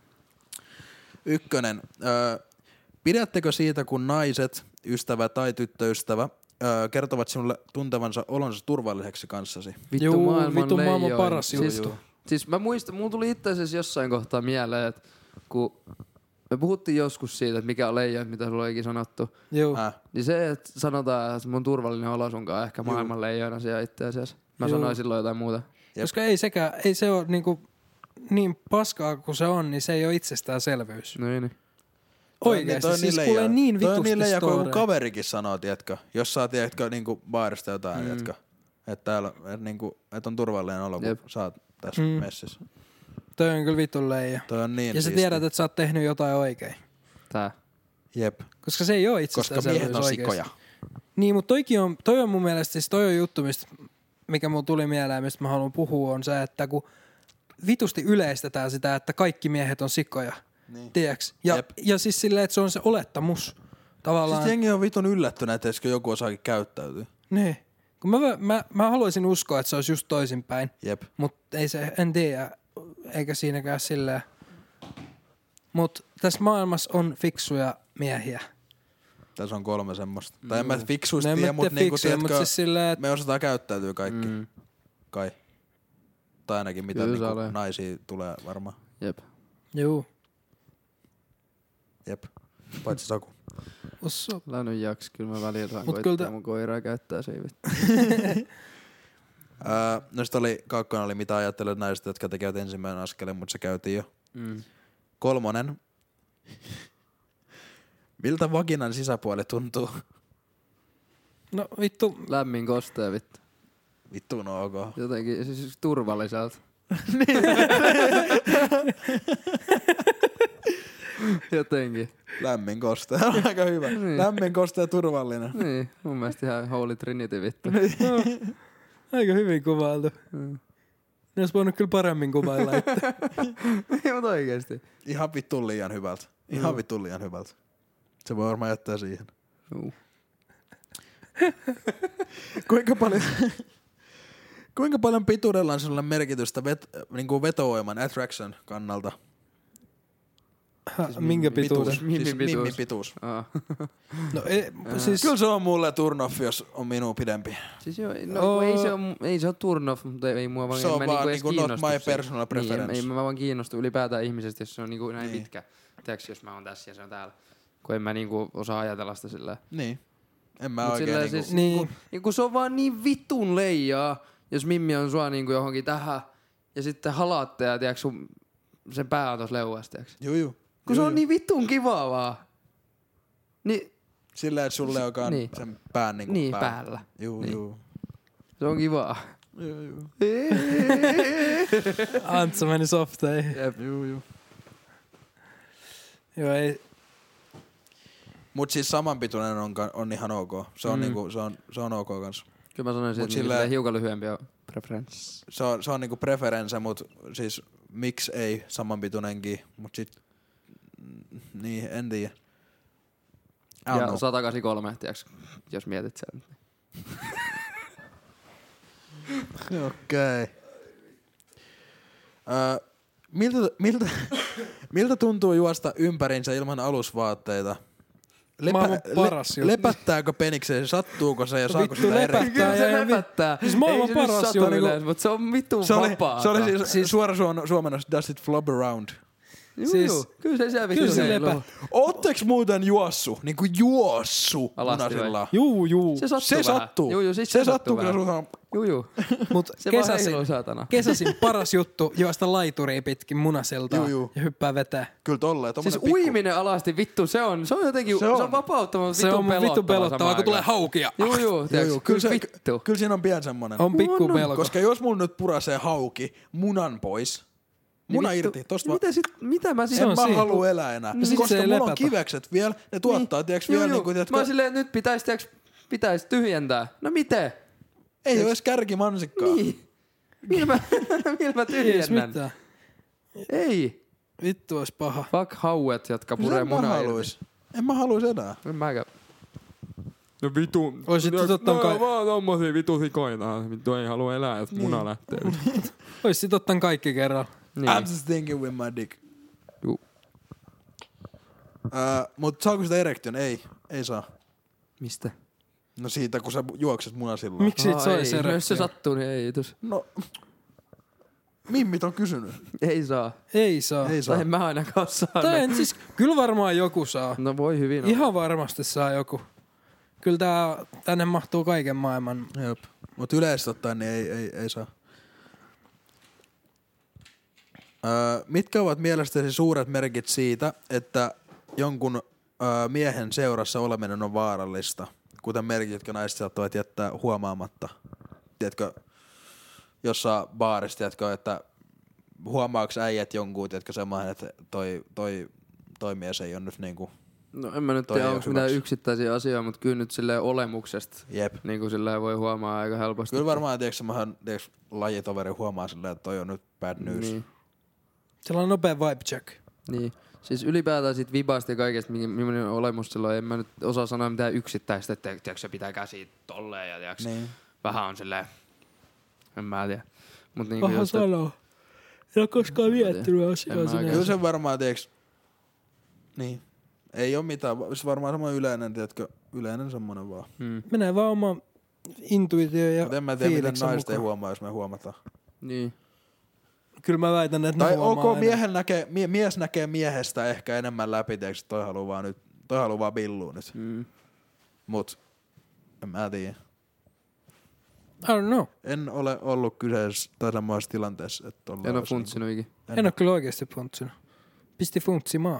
1. Pidättekö siitä, kun naiset, ystävä tai tyttöystävä, kertovat sinulle tuntevansa olonsa turvalliseksi kanssasi? Vittu maailman paras juttu. Siis mä muistan, mulla tuli itse asiassa jossain kohtaa mieleen, että kun me puhuttiin joskus siitä, että mikä on leijon, mitä sulla on ikinä sanottu. Joo. Niin se, että sanotaan, että mun turvallinen olo sunkaan ehkä maailman leijon asia itse asiassa. Mä sanoin silloin jotain muuta. Koska ei se ole niin paskaa kuin se on, niin se ei ole itsestäänselvyys. Niin. Oikeesti, siis kuulee niin vitusti story. Toi on niin story. kun kaverikin sanoo, tiedätkö, jos sä tiedätkö niinku baarista jotain, tiedätkö, että täällä et on turvallinen olo, kun sä oot tässä messissä. Toi on kyllä vitun leija. Toi on niin ja sä tiedät, että sä oot tehnyt jotain oikein. Tää. Jep. Koska se ei oo itsestäänselvyys koska miehet on sikoja. Niin, mutta toi on mun mielestä, siis toi on juttu, mikä mulla tuli mieleen, mistä mä haluan puhua, on se, että kun vitusti yleistetään sitä, että kaikki miehet on sikoja. Niin. Tiedäks? Ja siis silleen, että se on se olettamus. Tavallaan. Siis jengi on vitun yllättynyt, että joku osaakin käyttäytyä. Niin. Kun mä haluaisin uskoa, että se olisi just toisinpäin. Jep. Mutta ei se, en tiedä, eikä siinäkään silleen. Mutta tässä maailmassa on fiksuja miehiä. Tässä on 3 semmoista. Tai en mä fiksuista tiedä, mutta niinku tiedätkö, siis silleen, että me osataan käyttäytyä kaikki. Kai. Tai ainakin mitä niinku naisia tulee varmaan. Jep. Juu. Jep. Paitsi Saku. Lää nyt jaks, kyllä mä välillä saan koittaa mun koiraa käyttää se ei vittu. No sit oli, 2 oli mitä ajattelet näistä, jotka tekevät ensimmäinen askeleen, mutta se käytiin jo. 3. Miltä vaginan sisäpuoli tuntuu? No vittu. Lämmin kostea vittu. Vittu no ok. Jotenkin siis turvalliselta. Jotenkin. Lämmin kostea. Aika hyvä. Niin. Lämmin kostea ja turvallinen. Niin, mun mielestä ihan Holy Trinity vittu. No, aika hyvin kuvailtu. Ne olisi voinut kyllä paremmin kuvailla itse. Ei, mutta oikeesti. Ihan vittu liian hyvältä. Ihan vittu liian hyvältä. Se voi varmaan jättää siihen. Kuinka paljon pituudella on sinulle merkitystä niinku veto-voiman attraction kannalta? Siis minkä pituuden? Mimmin pituus. No siis kyllä se on mulle turn off, jos on minun pidempi. Siis joo, ei se ole turn off, mutta ei mua vaan se on vaan niinku not my personal preference. Niin, ei mä vaan kiinnostu ylipäätään ihmisestä, jos se on niinku näin pitkä. Tiedätkö, jos mä oon tässä ja se on täällä. Kun en mä niinku osaa ajatella sitä sillä. Niin. En mä oikein niinku. Siis, niin. Kun se on vaan niin vitun leijaa, jos Mimmi on sua niinku johonkin tähän ja sitten halaatte ja tiiäks sen pää on tossa leuassa, tiiäks. Juu. Kun se on niin vitun kivaa vaan. Niin. Sillä, että sulle onkaan Niin. sen pään niinku Niin, päällä. Juu. Se on kivaa. Juu. Antsa meni softeihin. Juu. Joo, ei. Mut siis samanpituinen on ihan ok. Se on niinku, se on ok kans. Kyllä mä sanoisin, että sillä hiukan lyhyempi on preference. Se on niinku preference, mut siis miksi ei samanpituinenkin, mut sit niin, en tiedä. Ja 183, tiiäks, jos mietit sen. Okei. Miltä tuntuu juosta ympärinsä ilman alusvaatteita? Maailman paras juttu. Lepättääkö penikseen? Sattuuko se ja saako Vittu sitä eri? lepättää. Kyllä se ja lepättää. Siis maailman Ei se nyt paras sata juttu. yleensä, mutta se on vitun vapaata. Se oli siis suora suomennos, does it flob around? Juu. Kyllä se siellä Kyllä se heiluu. lepää. Ootteks muuten juossu? Niinku juossu Alasti vai? munasilla? Juu. Se sattuu Se vähän. sattuu. Juu, siis se sattuu, kun vähän. se Juu. Mut Se vaan heiluu saatana. kesäsin paras juttu juosta laituria pitkin munasilta Juu. ja hyppää vetää. Kyllä tolleen. Siis uiminen alasti vittu, se on jotenkin, se on vapauttava, Se on vittu pelottavaa, kun tulee hauki. haukia. Juu, tiiäks, kyllä vittu. Kyllä siinä on pian semmonen. On pikku pelko. Koska jos mulla nyt purasee hauki munan pois, muna irti, tosta vaan. Mitä mä siis... Se on En mä siinä. halua elää enää. sit se Koska ei mulla on lepätä. kivekset vielä, ne tuottaa tiiäks vielä niinku, Mä oon silleen, että nyt pitäis tyhjentää. No miten? ei oo edes kärkimansikkaa. Niin. Millä mä Ei edes tyhjennän? mitään. Ei. Vittu ois paha. Fuck hauet, jotka puree En mä munaa haluis. En mä haluis enää. En mäkään. No vitu. Oisit ottanut vaan tommosia vitu sikoina. Vittu ei halua elää, jos muna lähtee. Ois sit ottanut kaikki kerran. Niin. I'm just thinking with my dick. Juu. Mut saako sitä erektion? Ei saa. Mistä? No siitä, kun sä juokset munasillaan. Miksi sit sais No jos se erektio? sattuu, niin ei tos. No, mimmit on kysynyt. Ei saa. Ei saa. Ei saa. Tai en mä ainakaan saanut. Tai en, siis, kyllä varmaan joku saa. No voi hyvin olla. Ihan varmasti saa joku. Kyllä tänne mahtuu kaiken maailman. Jep. Mut yleisesti ottaen niin ei saa. Mitkä ovat mielestäsi suuret merkit siitä, että jonkun miehen seurassa oleminen on vaarallista? Kuten merkit, jotka naiset saattavat jättää huomaamatta. Tiedätkö, jossain baarissa, tiedätkö, että huomaaks äijät jonkun, tiedätkö, semmoinen, että toi mies ei ole nyt niinku... No en mä nyt Toi tiedä, ei onko oo mitään hyväksi. yksittäisiä asioita, mutta kyllä nyt silleen olemuksesta. Jep. Niin kuin silleen voi huomaa aika helposti. Kyllä varmaan, tiedätkö, semmoinen lajitoveri huomaa silleen, että toi on nyt bad news. Niin. Sellainen nopea vibe check. Niin. Siis ylipäätään siitä vibasta ja kaikesta, millainen olemus silloin, en mä nyt osaa sanoa mitään yksittäistä, että tiedätkö, se pitää käsiä tolleen ja tiedätkö, Niin. vähän on silleen, en mä tiedä. Mut niin Paha sanoa. En ole koskaan miettinyt asiaa En mä sinne. Kyllä se varmaan, tiedätkö, niin. Ei oo mitään, se varmaan semmoinen yleinen, tiedätkö, yleinen semmoinen vaan. Menee vaan oma intuitio ja Mutta en mä tiedä, miten fiiliksen naiset ei mukaan. huomaa, jos me huomataan. Niin. Kyllä mä väitän, että ne Tai huomaa ok, aina. mies näkee miehestä ehkä enemmän läpi, tiedätkö, toi haluu vaan billua nyt. Mut, en mä tiedä. I don't know. En ole ollut kyseessä tai samassa tilanteessa, että ollaan... En oo olisi funtsinut ikin. En oo kyllä oikeesti funtsinut. Pisti funtsi maa.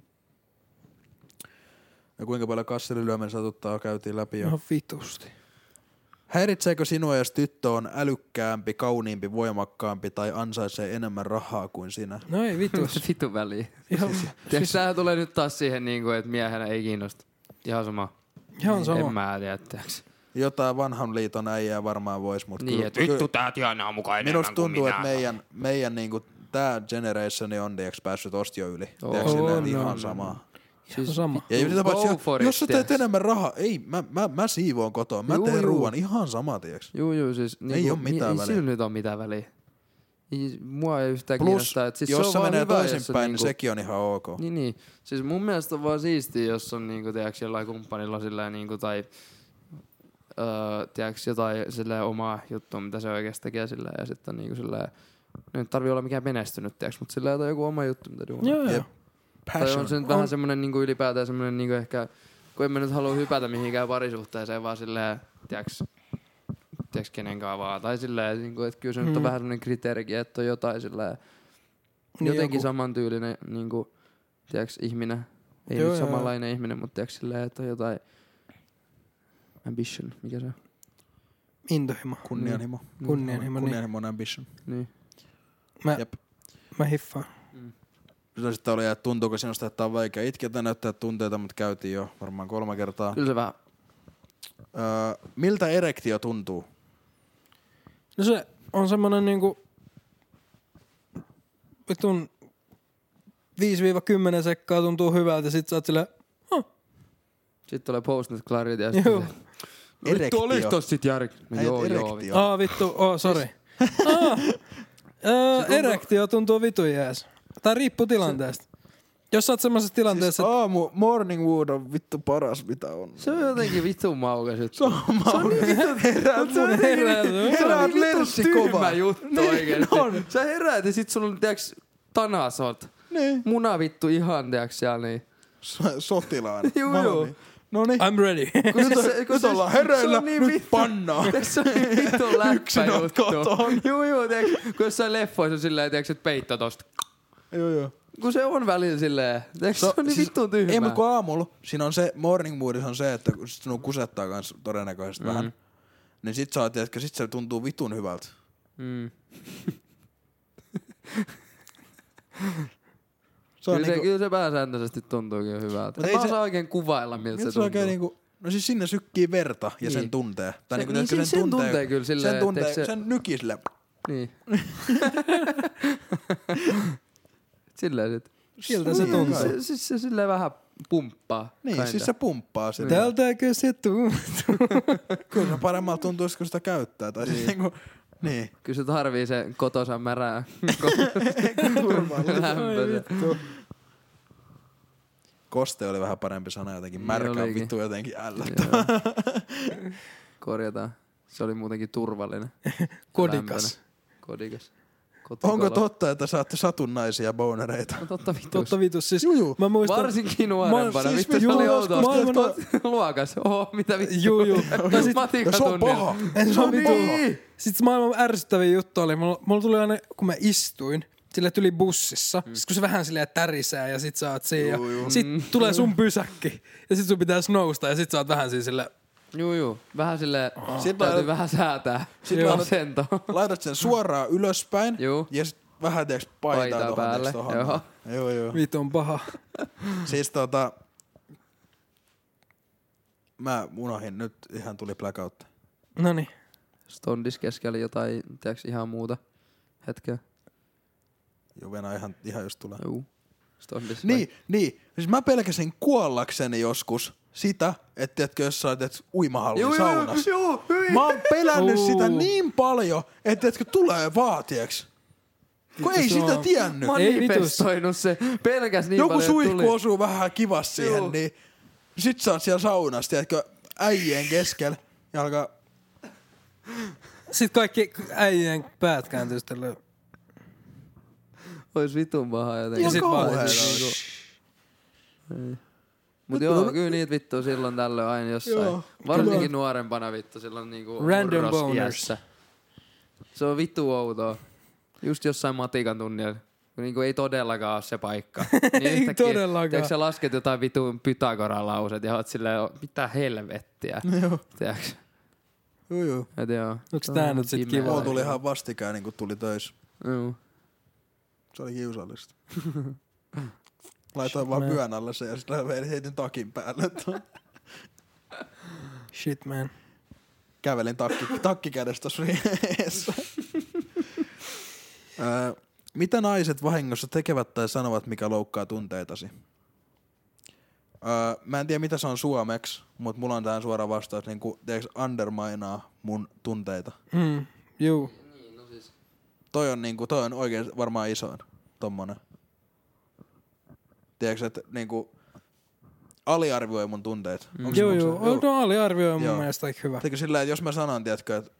Ja kuinka paljon kasselilyöminen satuttaa käytiin läpi jo. Ihan vitusti. Häiritseekö sinua, jos tyttö on älykkäämpi, kauniimpi, voimakkaampi tai ansaitsee enemmän rahaa kuin sinä? No ei vitus. Vitu väliä. Ihan, Tiedätkö, tää tulee nyt taas siihen, niinku, että miehenä ei kiinnosta. Ihan sama. ihan En sama. mä tiedä, tiedätkö. Jotain vanhan liiton äijää varmaan vois, mutta Niin, että vittu tää tienaa mukaan enemmän minusta tuntuu, kuin että minä. meidän niinku, tää generationi on tiiäks, päässyt tosta jo yli. On, Tiedätkö, silleen, on, ihan on. samaa. Ihan sama. Ja Go sitä paitsi, for jos it, sä teet tiiäks. enemmän rahaa, ei, mä siivoon kotoa, mä teen ruuan, ihan sama, tiiäks. Juu, siis Ei oo mitään ei väliä. sillä nyt oo mitään väliä. Mua ei yhtään Plus, kiinnostaa. Että siis jos se se on vaan menee hyvä, jos toisinpäin, niin niinku, sekin on ihan ok. Niin. Siis mun mielestä on vaan siistiä, jos on niinku, tiiäks, jollain kumppanilla silleen niinku, tai tiiäks, jotain silleen omaa juttua, mitä se oikeesti tekee silleen, ja sitten niinku silleen, no nyt tarvii olla mikään menestynyt, tiiäks, mutta silleen jotain joku oma juttu, mitä duunaa. Joo, joo. Jep. Tai on Passion. se nyt vähän semmonen niinku ylipäätään semmonen niinku ehkä, kun en mä nyt halua hypätä mihinkään parisuhteeseen, vaan silleen, tiiäks, tiiäks kenenkaan vaan. Tai silleen, niinku, että kyllä se nyt on vähän semmonen kriteerikin, että on jotain silleen Niin jotenkin joku. samantyylinen niinku, tiiäks ihminen. Ei Joo, nyt joo. samanlainen ihminen, mutta tiiäks silleen, että on jotain ambition, mikä se on? Intohimo. Kunnianhimo. Kunnianhimo, niin. Kunnianhimon ambition. Niin. Jep. Mä hiffaan. No sitten oli, että tuntuuko sinusta, että on vaikea itketä näyttää tunteita, mutta käytiin jo varmaan 3 kertaa. Kyllä se vähän. Miltä erektio tuntuu? No se on semmonen niinku vitun 5-10 sekkaa tuntuu hyvältä, sit sä oot silleen, Sitten tulee post-net clarity ja Joo. sitten Erektio. olis tossa sit järki. No, joo, Erektio. vittu, sorry. Erektio tuntuu vitun jees. Tää riippuu tilanteesta. Jos sä oot semmosessa tilanteessa, Aamu morning wood on vittu paras mitä on. Se on jotenkin vitun maukas juttu. Se on Heräät lerssi tyhmä kovaa. juttu oikeesti. Sä heräät ja sit sulla on tiiäks tanasot. Niin. Muna vittu ihan tiiäks siellä niin. Sotilaan. Juu, juu. Noniin. I'm ready. Nyt ollaan hereillä, niin nyt vittu- pannaan. Tiiäks se on niin vittu Yksin oot läppä juttu. koton. Juu, tiiäks kun jossain leffoissa on silleen tiiäks et peitto tosta. Joo. Kun se on välillä silleen. Tiiäks se on niin vittu tyhmää. Ei, mutta kun aamulla, siinä on se, morning moodis on se, että kun sinun kusettaa kans todennäköisesti vähän, niin sit sä oot, tiedätkö, sit se tuntuu vitun hyvältä. Se on niinku, Kyllä se pääsääntöisesti tuntuu kyllä hyvältä. Ei Mä se- osaan oikein kuvailla, miltä se se tuntuu. oikein niinku, no siis sinne sykkii verta ja sen Niin. tuntee. Tai Se- niinku, niin, tiedätkö, sen tuntee kyllä silleen, sen tuntee, etteikö se- sen nyki silleen. Niin. Silleen sit. Siltä se tuntuu. Siis se silleen vähän pumppaa. Niin, kinda. siis se pumppaa sitä. Tältäkö se tuntuu? Kyllä se paremmalta tuntuisi, kun sitä käyttää. Tai siis niinku, niin. Kyllä se tarvii se kotosan märää. Lämpöisen. Koste oli vähän parempi sana jotenkin. Niin Märkä on olikin. vittu jotenkin ällöttävää. Korjataan. Se oli muutenkin turvallinen. Kodikas. Lämpöinen. Kodikas. Onko totta, että saatte satunnaisia bonereita? No totta vitus. Totta vitus, siis Juu. mä muistan. Varsinkin nuorempana. Siis Vittu se juu, oli joskus outoa. maailman- Luokas. Oho, mitä vittu. Juu. Tai sit, Matikka Se on tunnilla. paha. se on vitu. Niin. Sitten maailman ärsyttävin juttu oli, mulla tuli aina, kun mä istuin, sille tuli bussissa, sit kun se vähän silleen tärisää ja sit sä oot siinä ja sit tulee sun pysäkki ja sit sun pitäis nousta ja sit sä oot vähän siinä silleen, Juu. Vähän silleen, Sitten täytyy laitat- vähän säätää. Sitten laitat- asento. Laitat sen suoraan ylöspäin Juu. ja sit vähän tiiäks paitaa Paitaa tohon päälle, tiiäks joo. tohon. Joo. vitun paha. Siis mä unohin, nyt ihan tuli blackout. Noniin. Stondis keskellä jotain, tiiäks ihan muuta hetkeä. Juvena ihan just tulee. Juu. Stondis. Niin. Siis mä pelkäsin kuollakseni joskus sitä, että tiedätkö, jos sä oot uimahallin saunassa. Joo. Mä oon pelännyt sitä niin paljon, että tiedätkö, tulee vaatieks. Kun ei se sitä on- tiennyt. Manifestoinut se. Pelkäs niin Joku paljon, että suihku tuli. osuu vähän kivasti siihen, Juu. niin sit sä oot siellä saunassa, tiedätkö, äijien keskellä ja alkaa... Sit kaikki äijien päät kääntyy sitten. Ois vitun paha jotenkin. Ja sit vaan kauheeta. Mut joo, kyllä niitä vittu silloin tällöin aina jossain. Joo, Varsinkin nuorempana vittu silloin niinku Random murrosiässä. Se on vittu outoa. Just jossain matikan tunnilla. Kun niinku ei todellakaan oo se paikka. Niin Ei yhtäkkiä, todellakaan. tiedätkö sä lasket jotain vitun Pythagoran lauset ja oot silleen, mitä helvettiä. Joo. Tiedätkö? Joo. Et joo. Onks tää nyt sit Pimeä. kiva? Mulla tuli ihan vastikään, niin kun tuli töissä. Joo. Se oli kiusallista. Laitoin vaan vyön alle sen ja sitten heitin takin päälle. Shit man. Kävelin takki kädessä tossa riehessä. Mitä naiset vahingossa tekevät tai sanovat, mikä loukkaa tunteitasi? Mä en tiedä, mitä se on suomeksi, mutta mulla on tähän suora vastaus. Niin kuin, tiedätkö, undermainaa mun tunteita. Juu. Toi on oikein varmaan isoin tommonen. Tiedätkö, että niinku aliarvioi mun tunteet. Onks Joo, se- joo. No aliarvioi on mun Joo. mielestä aika hyvä. Teikö sillä, että jos mä sanon, tiedätkö, että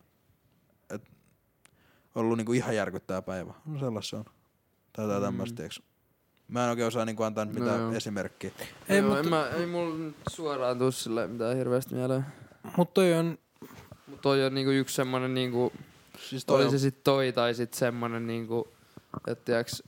on ollut niinku ihan järkyttävä päivä. No sellas se on. Tai jotain tämmöstä, tiedätkö. Mä en oikein osaa niinku antaa mitään joo. esimerkkiä. Ei, Joo, mutta ei mulla nyt suoraan tuu silleen mitään hirveästi mieleen. mut toi on, toi on niinku yksi semmonen niinku, Siis oli se sit toi tai sit semmonen niinku, että tiiäks,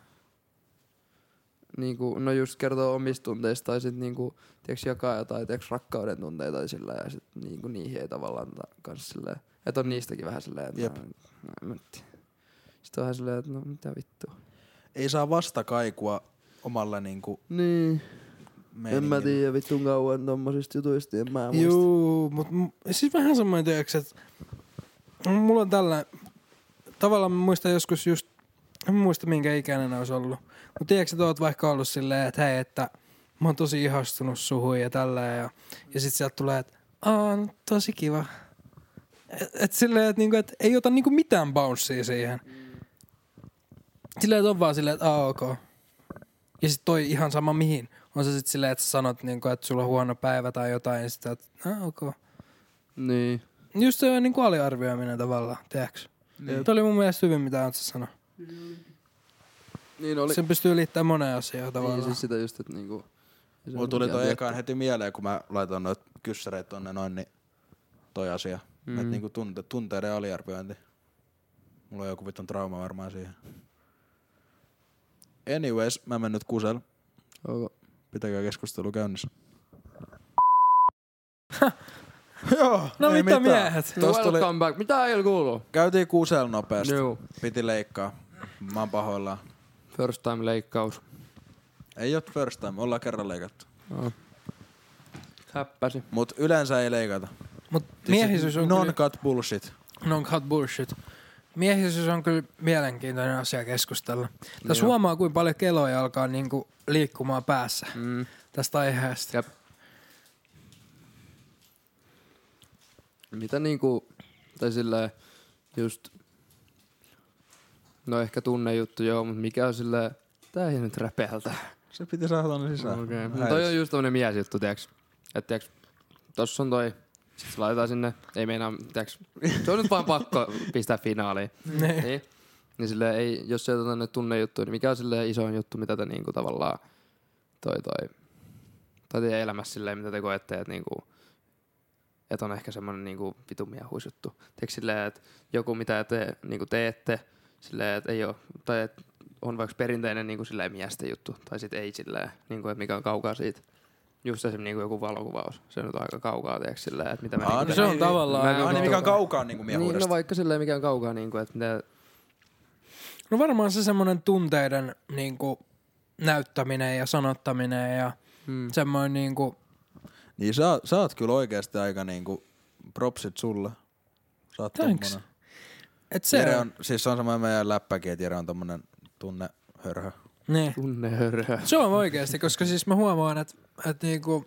niinku, no just kertoo omista tunteista tai sit niinku, tiiäks jakaa jotain tiiäks rakkauden tunteita tai sillä ja sit niinku niihin ei tavallaan kans silleen, että on niistäkin vähän silleen, että sit on vähän silleen, että no mitä vittua. Ei saa vastakaikua omalle niinku Niin. En mä tiedä vittun kauan tommosista jutuista, en mä muista. Juu, mut siis vähän semmoinen tiiäks, että mulla on tällä, tavallaan mä muistan joskus just, en muista minkä ikäinen olisi ollut. Mut tiiäks, että oot vaikka ollut silleen, että hei, että mä oon tosi ihastunut suhun ja tälleen ja sit sieltä tulee, että no, tosi kiva. Et silleen, että niinku, et ei ota niinku mitään bouncea siihen. Silleen, että on vaan silleen, että ok. Ja sit toi ihan sama mihin. On se sit silleen, että sä sanot niinku, että sulla on huono päivä tai jotain ja sit että ok. Niin. Just se on niinku aliarvioiminen tavallaan, tiedäks? Niin. Toi oli mun mielestä hyvin, mitä Antsa sanoi. Niin oli. Sen pystyy liittämään moneen asiaan tavallaan. Niin siis sitä just, että niinku. Mulla tuli toi ekaan heti mieleen, kun mä laitoin noit kyssäreitä tonne noin, niin toi asia. Että niinku tunteiden aliarviointi. Mulla on joku vitun trauma varmaan siihen. Anyways, mä menen nyt kusel. Okay. Pitäkää keskustelu käynnissä. Joo, No ei mitä mitään. miehet? Welcome back. Mitä ei kuuluu? Käytiin kusel nopeasti. Joo. Piti leikkaa. Mä oon pahoillaan. First time leikkaus. Ei oo first time, ollaan kerran leikattu. No. Häppäsi. Mut yleensä ei leikata. Mut miehisyys on non-cut bullshit. Non-cut bullshit. Miehisyys on kyllä mielenkiintoinen asia keskustella. Tässä huomaa, kuinka paljon keloja alkaa niinku liikkumaan päässä tästä aiheesta. Jep. Mitä niinku, tai silleen just, no ehkä tunnejuttu joo, mutta mikä on silleen, tää ei nyt räpeältä. Se piti saada tonne sisään. Okei. Okay. Toi on just tommonen miesjuttu, tiiäks. Et tiiäks, tossa on toi, sit se laitetaan sinne, ei meinaa, tiiäks, se on nyt vaan pakko pistää finaaliin. Niin. Niin silleen ei, jos ei oteta ne tunnejuttuja, niin mikä on silleen isoin juttu, mitä te niinku tavallaan, tai teidän elämässä silleen, mitä te koette, että niinku, että on ehkä semmoinen niinku vitun miehuisjuttu. Tiedätkö silleen, että joku mitä te niinku teette, silleen, että ei oo, tai että on vaikka perinteinen niinku silleen miesten juttu, tai sit ei silleen, niinku, että mikä on kaukaa siitä. Just esimerkiksi niinku joku valokuvaus. Se on nyt aika kaukaa, tiedätkö silleen, että mitä me niinku... Se on tavallaan... mikä on kaukaa niinku miehuudesta. Niin, no vaikka silleen, mikä on kaukaa, niinku, että mitä... No varmaan se semmoinen tunteiden niinku näyttäminen ja sanottaminen ja semmoinen niinku... Niin sä oot kyllä oikeesti aika niinku propsit sulle. Sä oot tommonen. Et se Jere on, siis se on semmoinen meidän läppäkin, että Jere on tommonen tunnehörhö. Niin. Tunnehörhö. Se on oikeesti, koska siis mä huomaan, että niinku...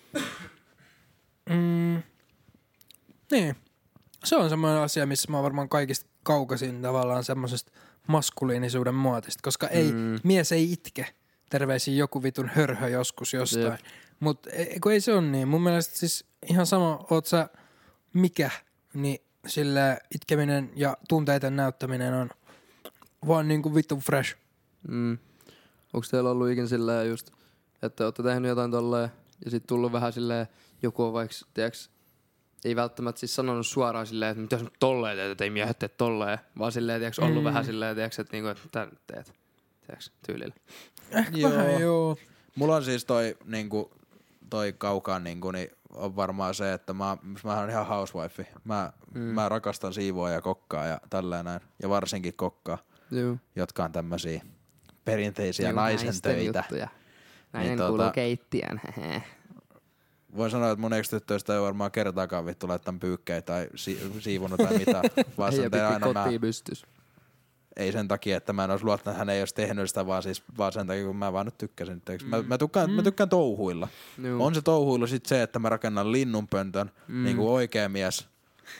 niin. Se on semmoinen asia, missä mä oon varmaan kaikista kaukaisin tavallaan semmosesta maskuliinisuuden muotista, koska mies ei itke. Terveisiin joku vitun hörhö joskus jostain. Jep. Mut kun ei se on niin. Mun mielestä siis ihan sama, oot sä mikä, niin sillä itkeminen ja tunteiden näyttäminen on vaan niinku vittu fresh. Onks teillä ollut ikin silleen just, että ootte tehnyt jotain tolleen ja sit tullut vähän silleen, joku on vaikka, tiiäks, ei välttämättä siis sanonut suoraan silleen, että mitä sä tolleen teet, että ei miehet tee tolleen, vaan silleen, tiiäks, ollut vähän silleen, tiiäks, että niinku, että tän teet, tiiäks, tyylillä. Ehkä vähän joo. Mulla on siis toi kaukaan niinku, niin on varmaan se, että mä oon ihan housewife. Mä rakastan siivoa ja kokkaa ja tälleen näin. Ja varsinkin kokkaa, jotka on tämmösiä perinteisiä naisen töitä. Juttuja. Nainen niin, kuuluu keittiön. Voin sanoa, että mun ex-tyttöistä ei varmaan kertaakaan vittu laittanut pyykkeitä tai siivonut tai mitään. Vaan ei ole aina kotiin pystys. Ei sen takia, että mä en olisi luottanut, että hän ei olisi tehnyt sitä, vaan sen takia, kun mä vaan nyt tykkäsin. Mä tykkään touhuilla. On se touhuilla sit se, että mä rakennan linnunpöntön, niin kuin oikea mies.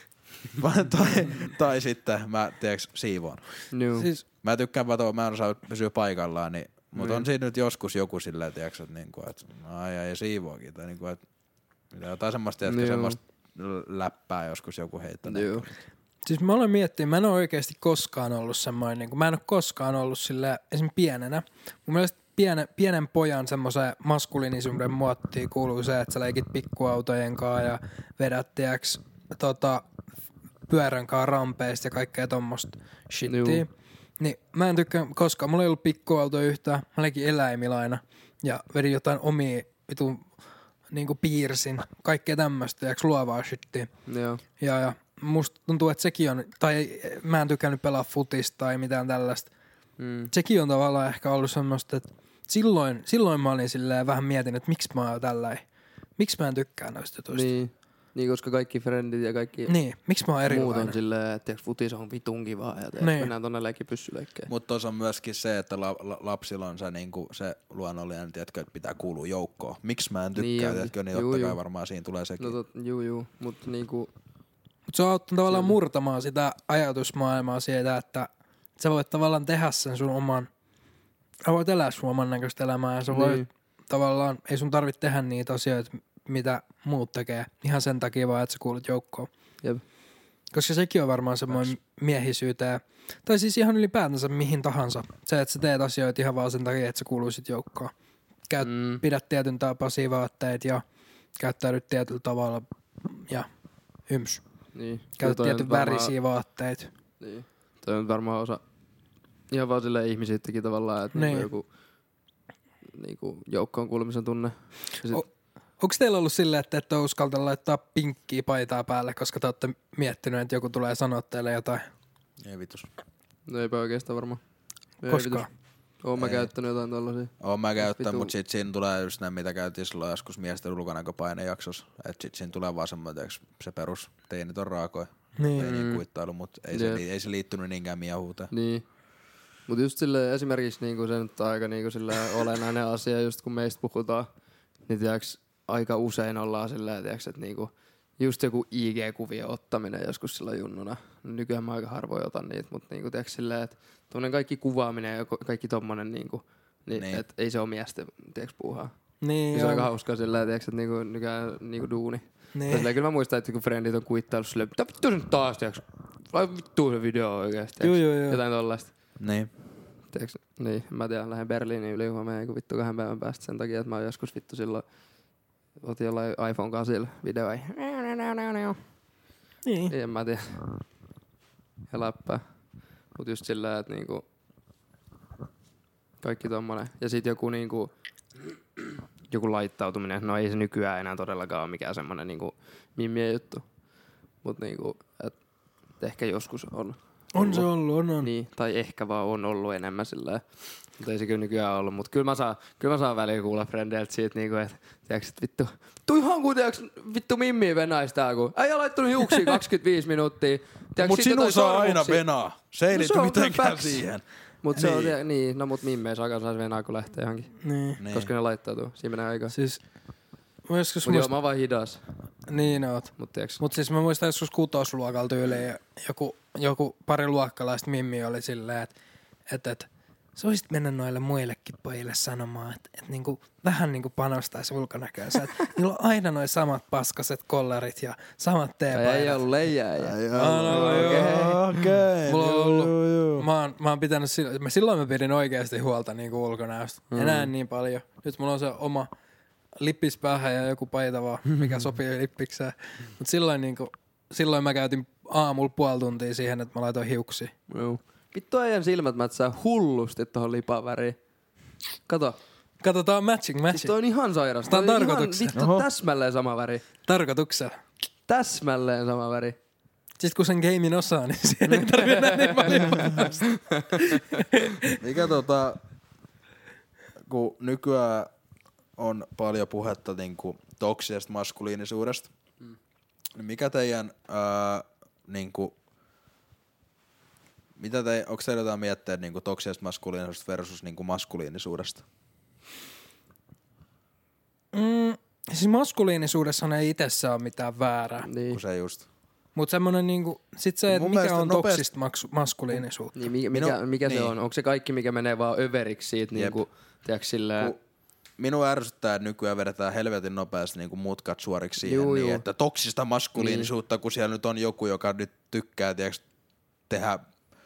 tai sitten mä siivoon. Siis, mä tykkään vaan mä en osaa pysyä paikallaan, niin, mutta on siinä nyt joskus joku silleen, tiiäks, että niinku, ai siivoakin. Tai niinku, että jotain semmoista läppää joskus joku heittänyt. Siis mä olen miettinyt, mä en ole oikeasti koskaan ollut semmoinen, niin kuin, mä en ole koskaan ollut sillä esimerkiksi pienenä. Mun mielestä pienen pojan semmoiseen maskuliinisuuden muottiin kuuluu se, että sä leikit pikkuautojen kanssa ja vedät, tiiäks, pyöränkaan rampeista ja kaikkea tommoista shittiä. Niin mä en tykkää koskaan. Mulla ei ollut pikkuauto yhtään. Mä leikin eläimillä aina. Ja vedin jotain omia vitun niinku piirsin. Kaikkea tämmöistä, jääks luovaa shittiä. Joo. Ja musta tuntuu, että sekin on, tai mä en tykännyt pelaa futista tai mitään tällaista. Sekin on tavallaan ehkä ollut semmoista, että silloin mä olin silleen vähän mietin, että miksi mä oon tälläin. Miksi mä en tykkää noista jutuista. Niin, koska kaikki frendit ja kaikki miksi mä oon erilainen. muut on silleen, että futis on vitun kivaa ja mennään tonne leikkipyssyleikkeen. Mutta tuossa on myöskin se, että lapsilla on se, niinku, se luonnollinen, tiedätkö, että pitää kuulua joukkoon. Miksi mä en tykkää, tiedätkö, niin totta kai varmaan siinä tulee sekin. Juu, mutta niinku... Mut se on auttanut tavallaan murtamaan sitä ajatusmaailmaa siitä, että sä voit tavallaan tehdä sen sun oman, sä voit elää sun oman näköistä elämää ja sä voit tavallaan, ei sun tarvitse tehdä niitä asioita, mitä muut tekee. Ihan sen takia vaan, että sä kuulut joukkoon. Jep. Koska sekin on varmaan semmoinen miehisyyteen. Tai siis ihan ylipäätänsä mihin tahansa. Se, että sä teet asioita ihan vaan sen takia, että sä kuuluisit joukkoon. Pidät tietyn tapaisia vaatteita ja käyttäydyt tietyllä tavalla ja yms. Niin. Käytät tietyn värisiä vaatteita. Niin. Toi on varmaan osa ihan vaan silleen ihmisyyttäkin tavallaan, että niin. Joku niinku joukkoon kuulumisen tunne. Onko teillä ollut silleen, että ette ole uskaltanut laittaa pinkkiä paitaa päälle, koska te olette miettinyt, että joku tulee sanoa teille jotain? Ei vitus. No eipä oikeastaan varmaan. Koskaan? Oon mä käyttänyt jotain tollasia. Oon mä käyttänyt, mutta sit siinä tulee just näin, mitä käytiin silloin joskus miesten ulkonäköpainejaksossa. Että sit siinä tulee vaan semmoinen, se perus teinit on raakoja. Niin. Ei niin kuittailu, mutta ei se liittynyt niinkään miehuuteen. Niin. Mut just silleen esimerkiksi niinku se nyt on aika niinku silleen olennainen asia, just kun meistä puhutaan, niin tiiäks aika usein ollaan silleen, tiiäks, että niinku just joku IG-kuvien ottaminen joskus silloin junnuna. Nykyään mä aika harvoin otan niitä, mutta niinku tiiäks silleen, että tommonen kaikki kuvaaminen ja kaikki tommonen niinku, niin. Et ei se oo miesten tiiäks puuhaa. Niin. Se on aika hauskaa silleen, tiiäks, että niinku nykyään niinku duuni. Niin. Silleen, kyllä mä muistan, että kun frendit on kuittaillut silleen, mitä vittu se nyt taas, tiiäks? Vai vittu se video oikeesti, Joo. jotain tollaista. Niin. Tiiäks, niin, mä tiedän, lähden Berliiniin yli huomenna joku vittu 2 päivän päästä sen takia, että mä oon joskus vittu silloin, otin jollain iPhone 8 videoi. Niin. En mä tiedä. Ja läppää. Mut just sillä, että niinku kaikki tommonen. Ja sit joku niinku joku laittautuminen. No ei se nykyään enää todellakaan ole mikään semmonen niinku mimmien juttu. Mut niinku, et ehkä joskus on. On se ollut, on. Niin, tai ehkä vaan on ollut enemmän silleen. Mutta ei se kyllä nykyään ollut. Mutta kyllä mä saan väliin kuulla frendeiltä siitä, niinku, että tiiäks, et vittu, ihan kuin tiiäks, vittu mimmiä venäistää, kun äijä laittanut hiuksia 25 minuuttia. Mut sinun saa aina venaa. Se ei liity mitenkään siihen. Mut se on, niin, no mut mimmejä saa venaa, kun lähtee johonkin. Niin. Koska ne laittautuu. Siinä menee aikaa. Siis, joo, mä oon vaan hidas. Niin oot. Mut siis mä muistan joskus 6. tyyliin joku pari luokkalaista mimmi oli silleen, että sä voisit mennä noille muillekin pojille sanomaan, että niinku, vähän niinku panostaisi ulkonäköönsä. Niillä on aina noi samat paskaset kollarit ja samat teepaidat. Ei ollut leijää. Okei. Mulla on ollut, mä oon pitänyt silloin mä pidin oikeasti huolta niinku ulkonäöstä. Enää niin paljon. Nyt mulla on se oma lippis päähän ja joku paita vaan, mikä sopii lippikseen. Mut silloin mä käytin aamulla 0,5 tuntia siihen, että mä laitoin hiuksia. Joo. Vittu äijän silmät mätsää hullusti tohon lipan väriin. Kato. Katsotaan matching. Siis toi on ihan sairasta. Tää on tarkoituksella. Vittu täsmälleen sama väri. Tarkoituksella. Täsmälleen sama väri. Sitten kun sen gamein osaa, niin siihen ei tarvitse enää niin paljon. Mikä kun nykyään on paljon puhetta niinku toksisesta maskuliinisuudesta, niin mikä teidän niinku onko teillä jotain mietteet niinku toksisesta maskuliinisuudesta versus niinku maskuliinisuudesta? Siis maskuliinisuudessa ei itsessä ole mitään väärää. Niin. Kun se just. Mut semmonen niinku, sit se, että mikä on toksista maskuliinisuutta. Niin, mikä se on? Onko se kaikki, mikä menee vaan överiksi siitä niinku, tiiäks silleen? Minua ärsyttää, että nykyään vedetään helvetin nopeasti niinku mutkat suoriksi siihen niin, että toksista maskuliinisuutta, kun siellä nyt on joku, joka nyt tykkää tiiäks tehdä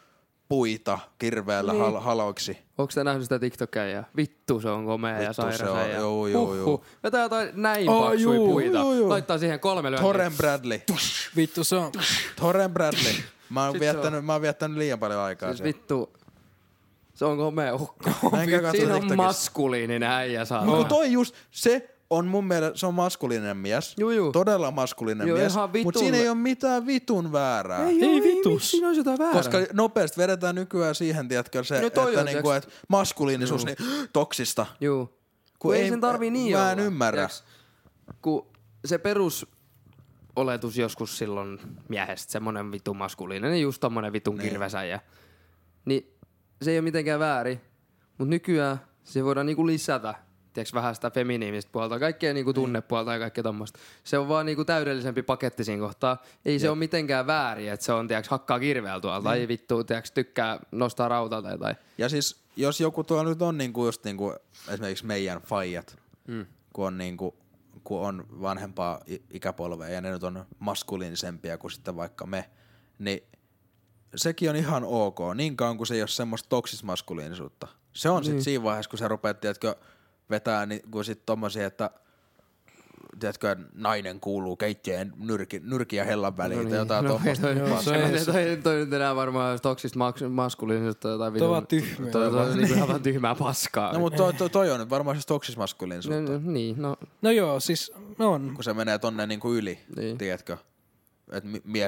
puita kirveellä Niin. haloiksi. Onks te nähnyt sitä TikTokia? Vittu, se on komea ja Vittu, sairas. se on, joo. Vetää jotain näin paksui puita. Joo. Laittaa siihen 3 lyöntiä. Thoren Bradley. Vittu se on. Thoren Bradley. Mä oon viettänyt liian paljon aikaa Siis siellä. vittu. Se on komea ukko. Menkää katsomaan Siinä on TikTokissa. maskuliininen äijä saa. Kun toi just, se on mun mielestä, se on maskuliininen mies. Juu. Todella maskuliininen Joo, mies. ihan vitun- Mutta siinä ei ole mitään vitun väärää. Ei vitus. Miksi siinä on jotain väärää? Koska nopeasti vedetään nykyään siihen, tiedätkö, se, No toi että, on, niinku, että maskuliinisuus, niin toksista. Juu. Kun ei sen tarvii niin olla. Mä en ymmärrä. Tiiäks, kun se perusoletus joskus silloin miehestä, semmonen vitun maskuliininen, just tommonen vitun kirvesäjä, niin se ei ole mitenkään väärin. Mut nykyään se voidaan niinku lisätä, tiiäks, vähän sitä feminiimistä puolta, kaikkea niinku tunnepuolta ja kaikkea tommoista. Se on vaan niinku täydellisempi paketti siinä kohtaa. Ei se ole mitenkään väärin, että se on, tiiäks, hakkaa kirveellä tuolta, tai vittu, tiiäks, tykkää nostaa rautaa tai jotain. Ja siis, jos joku tuolla nyt on niinku just niinku, esimerkiksi meidän faijat, kun on niinku, kun on vanhempaa ikäpolvea ja ne nyt on maskuliinisempia kuin sitten vaikka me, niin sekin on ihan ok, niin kauan kuin se ei ole semmoista toksismaskuliinisuutta. Se on sitten siinä vaiheessa, kun sä rupeat, tiedätkö, vetää niin sit tommosia, että tiedätkö, nainen kuuluu keittiöön nyrkin ja hellan väliin tai jotain tommoista. Toi nyt enää varmaan toksista maskuliinisuutta tai jotain Toi vaan tyhmää. Toi on niinku ihan tyhmää paskaa. No mutta toi on nyt varmaan siis toksismaskuliinisuutta, Niin, no. No joo, siis on. kun se menee tonne niinku yli, Niin. tiedätkö. Että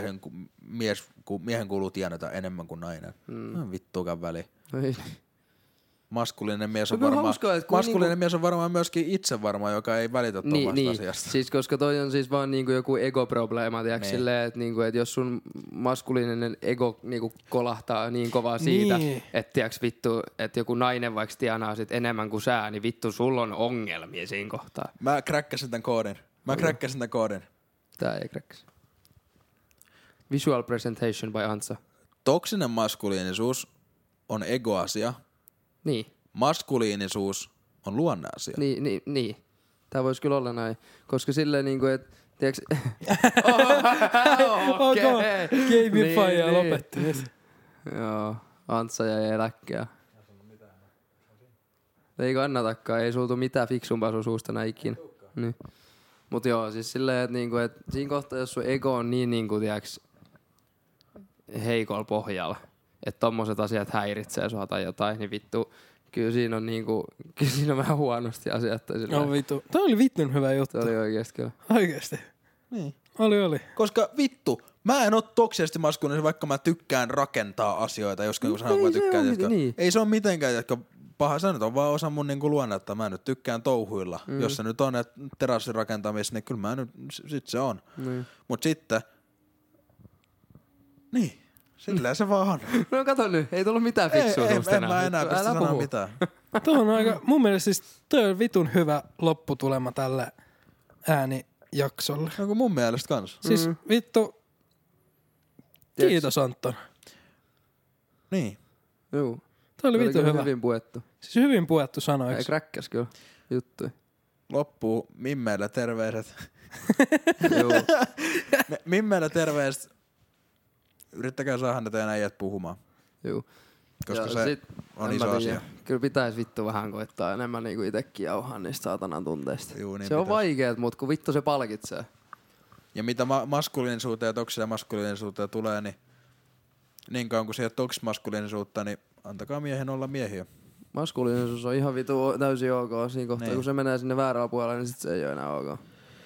miehen kuuluu tienata enemmän kuin nainen. Vittuukaan väliin. Ei. Maskuliininen mies on No kyllä varmaan, hauskaa, että kun maskuliininen mies on varmaan myöskin itsevarma, joka ei välitä tuommoista asiasta. Siis koska toi on siis vaan niinku joku ego-probleema, tiiäks, Niin. silleen, että niinku, et jos sun maskuliininen ego niinku kolahtaa niin kovaa siitä, Niin. että tiiäks, vittu, että joku nainen vaikka tienaa sit enemmän kuin sä, niin vittu sulla on ongelmia siinä kohtaa. Mä kräkkäsin tän koodin. Tää ei kräkkäs. Visual presentation by Antsa. Toksinen maskuliinisuus on egoasia. Niin. Maskuliinisuus on luonneasia. Niin. Tää vois kyllä olla näin. Koska silleen niinku, et tiiäks... Okei. Game Fire lopetti nyt. Joo, Antsa jäi eläkkeä. Ei kannatakaan, ei sultu mitään fiksumpaa sun suusta näin ikinä. Niin. Mut joo, siis silleen, että niinku, et siinä kohtaa, jos sun ego on niin niinku, tiiäks, heikolla pohjalla, että tommoset asiat häiritsee sua tai jotain, niin vittu, kyllä siinä on vähän huonosti asiat. No vittu. Toi oli vittun hyvä juttu. Se oli oikeesti kyllä. Oikeesti. Niin. Oli. Koska vittu, mä en oo toksisesti maskuliininen, vaikka mä tykkään rakentaa asioita, jos kun sanoo, kun mä tykkään. Niin. Ei se ole mitenkään, jotka paha, se nyt on vaan osa mun niinku luonnetta. Mä nyt tykkään touhuilla. Jos se nyt on terassin rakentamista, niin kyllä mä nyt, sit se on. Mut sitten, niin, silleen se vaan on. No kato nyt, ei tullut mitään fiksua susta En mä enää pysty sanoa mitään. Tuo on aika, mun mielestä siis toi on vitun hyvä lopputulema tälle äänijaksolle. No kun mun mielestä kans. Siis vittu, kiitos Anton. Niin. Joo. Toi oli vitun hyvä. Hyvin puettu. Siis hyvin puettu Ei sanoiksi. kräkkäs kyllä juttu. Loppuu Mimmeillä terveiset. Joo. Mimmeillä terveiset. Yrittäkää saada ne teidän äijät puhumaan. Joo. Koska Ja se sit, on en iso mä asia. tiedä. Kyllä pitäis vittu vähän koittaa enemmän niinku itekin jauhaa niistä saatanan tunteista. Juu, niin se on pitäis. vaikeet, mut kun vittu se palkitsee. Ja mitä maskuliinisuuteen ja toksiseen maskuliinisuuteen tulee, niin kauan kuin se ei ole toksismaskuliinisuutta, niin antakaa miehen olla miehiä. Maskuliinisuus on ihan vitu täysin ok siinä kohtaa. Niin. Kun se menee sinne väärällä puolella, niin sit se ei ole enää ok.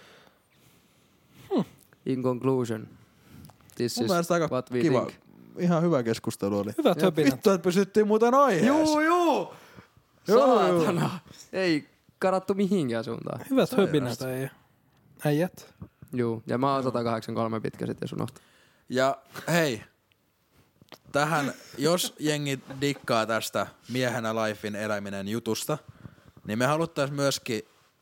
In conclusion. This Mun is mielestä aika what we kiva. think. Ihan hyvä keskustelu oli. Hyvät höpinät. Vittu, että pysyttiin muuten aiheessa. Joo! Saatana! Ei karattu mihinkään suuntaan. Hyvät höpinät äijät. Juu, ja mä oon 183 pitkä sit, jos unohtaa. Ja hei, tähän, jos jengi dikkaa tästä miehenä lifein eläminen jutusta, niin me haluttais myöskin,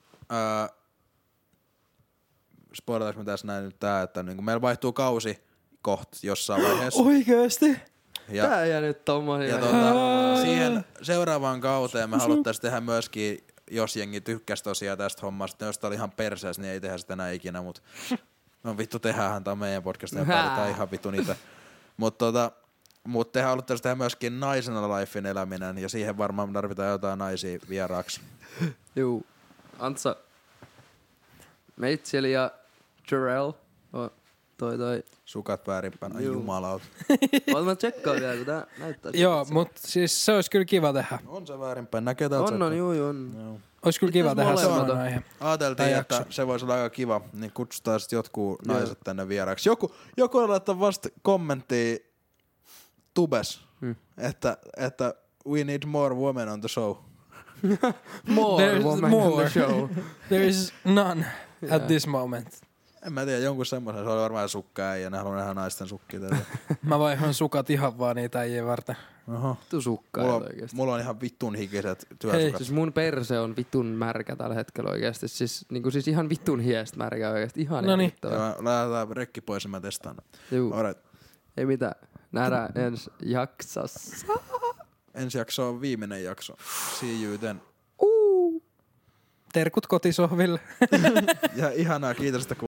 spoilataanko me tässä näin nyt tää, että niinku meillä vaihtuu kausi kohta jossain vaiheessa. Oikeesti? Ja, Tää jää nyt tommosia. ja siihen seuraavaan kauteen me haluttais tehdä myöskin, jos jengi tykkäs tosiaan tästä hommasta, jos tää oli ihan perseessä, niin ei tehdä sitä enää ikinä, mut no vittu tehdään, tää on meidän podcast, ja päätetään ihan vittu niitä. Mut Mutta tehän haluttaisiin tehdä myöskin naisena lifein eläminen, ja siihen varmaan tarvitaan jotain naisia vieraaksi. Juu. Antsa, Meitseli ja Jarrell. Toi. Sukat väärinpäin, ai jumalauta. Oot mä tsekkaan vielä, kun tää näyttää. Joo, mut siis se olisi kyllä kiva tehdä. On se väärinpäin, näkee täältä. On. Olisi kyllä kiva tehdä sellainen aihe. Ajateltiin, että se voisi olla aika kiva, niin kutsutaan sitten jotkut naiset tänne vieraaksi. Joku on laittanut vasta kommenttia tubes, että we need more women on the show. More women on the show. There is none at this moment. En mä tiedä, jonkun semmoisen. Se oli varmaan sukkaa ja ne haluaa nähdä naisten sukkia tätä. Mä vaihoin sukat ihan vaan niitä äijien varten. Oho. Vittu sukkaa oikeesti. Mulla on ihan vittun hikiset työsukat. Siis mun perse on vitun märkä tällä hetkellä oikeesti. Siis ihan vitun hiestä märkä oikeesti. Ihan Joo, lähdetään rekki pois ja mä testaan. Juu. Alright. Ei mitään. Nähdään ensi jaksossa. Ensi jakso on viimeinen jakso. See you then. Terkut kotisohville. Ja ihanaa, kiitos, että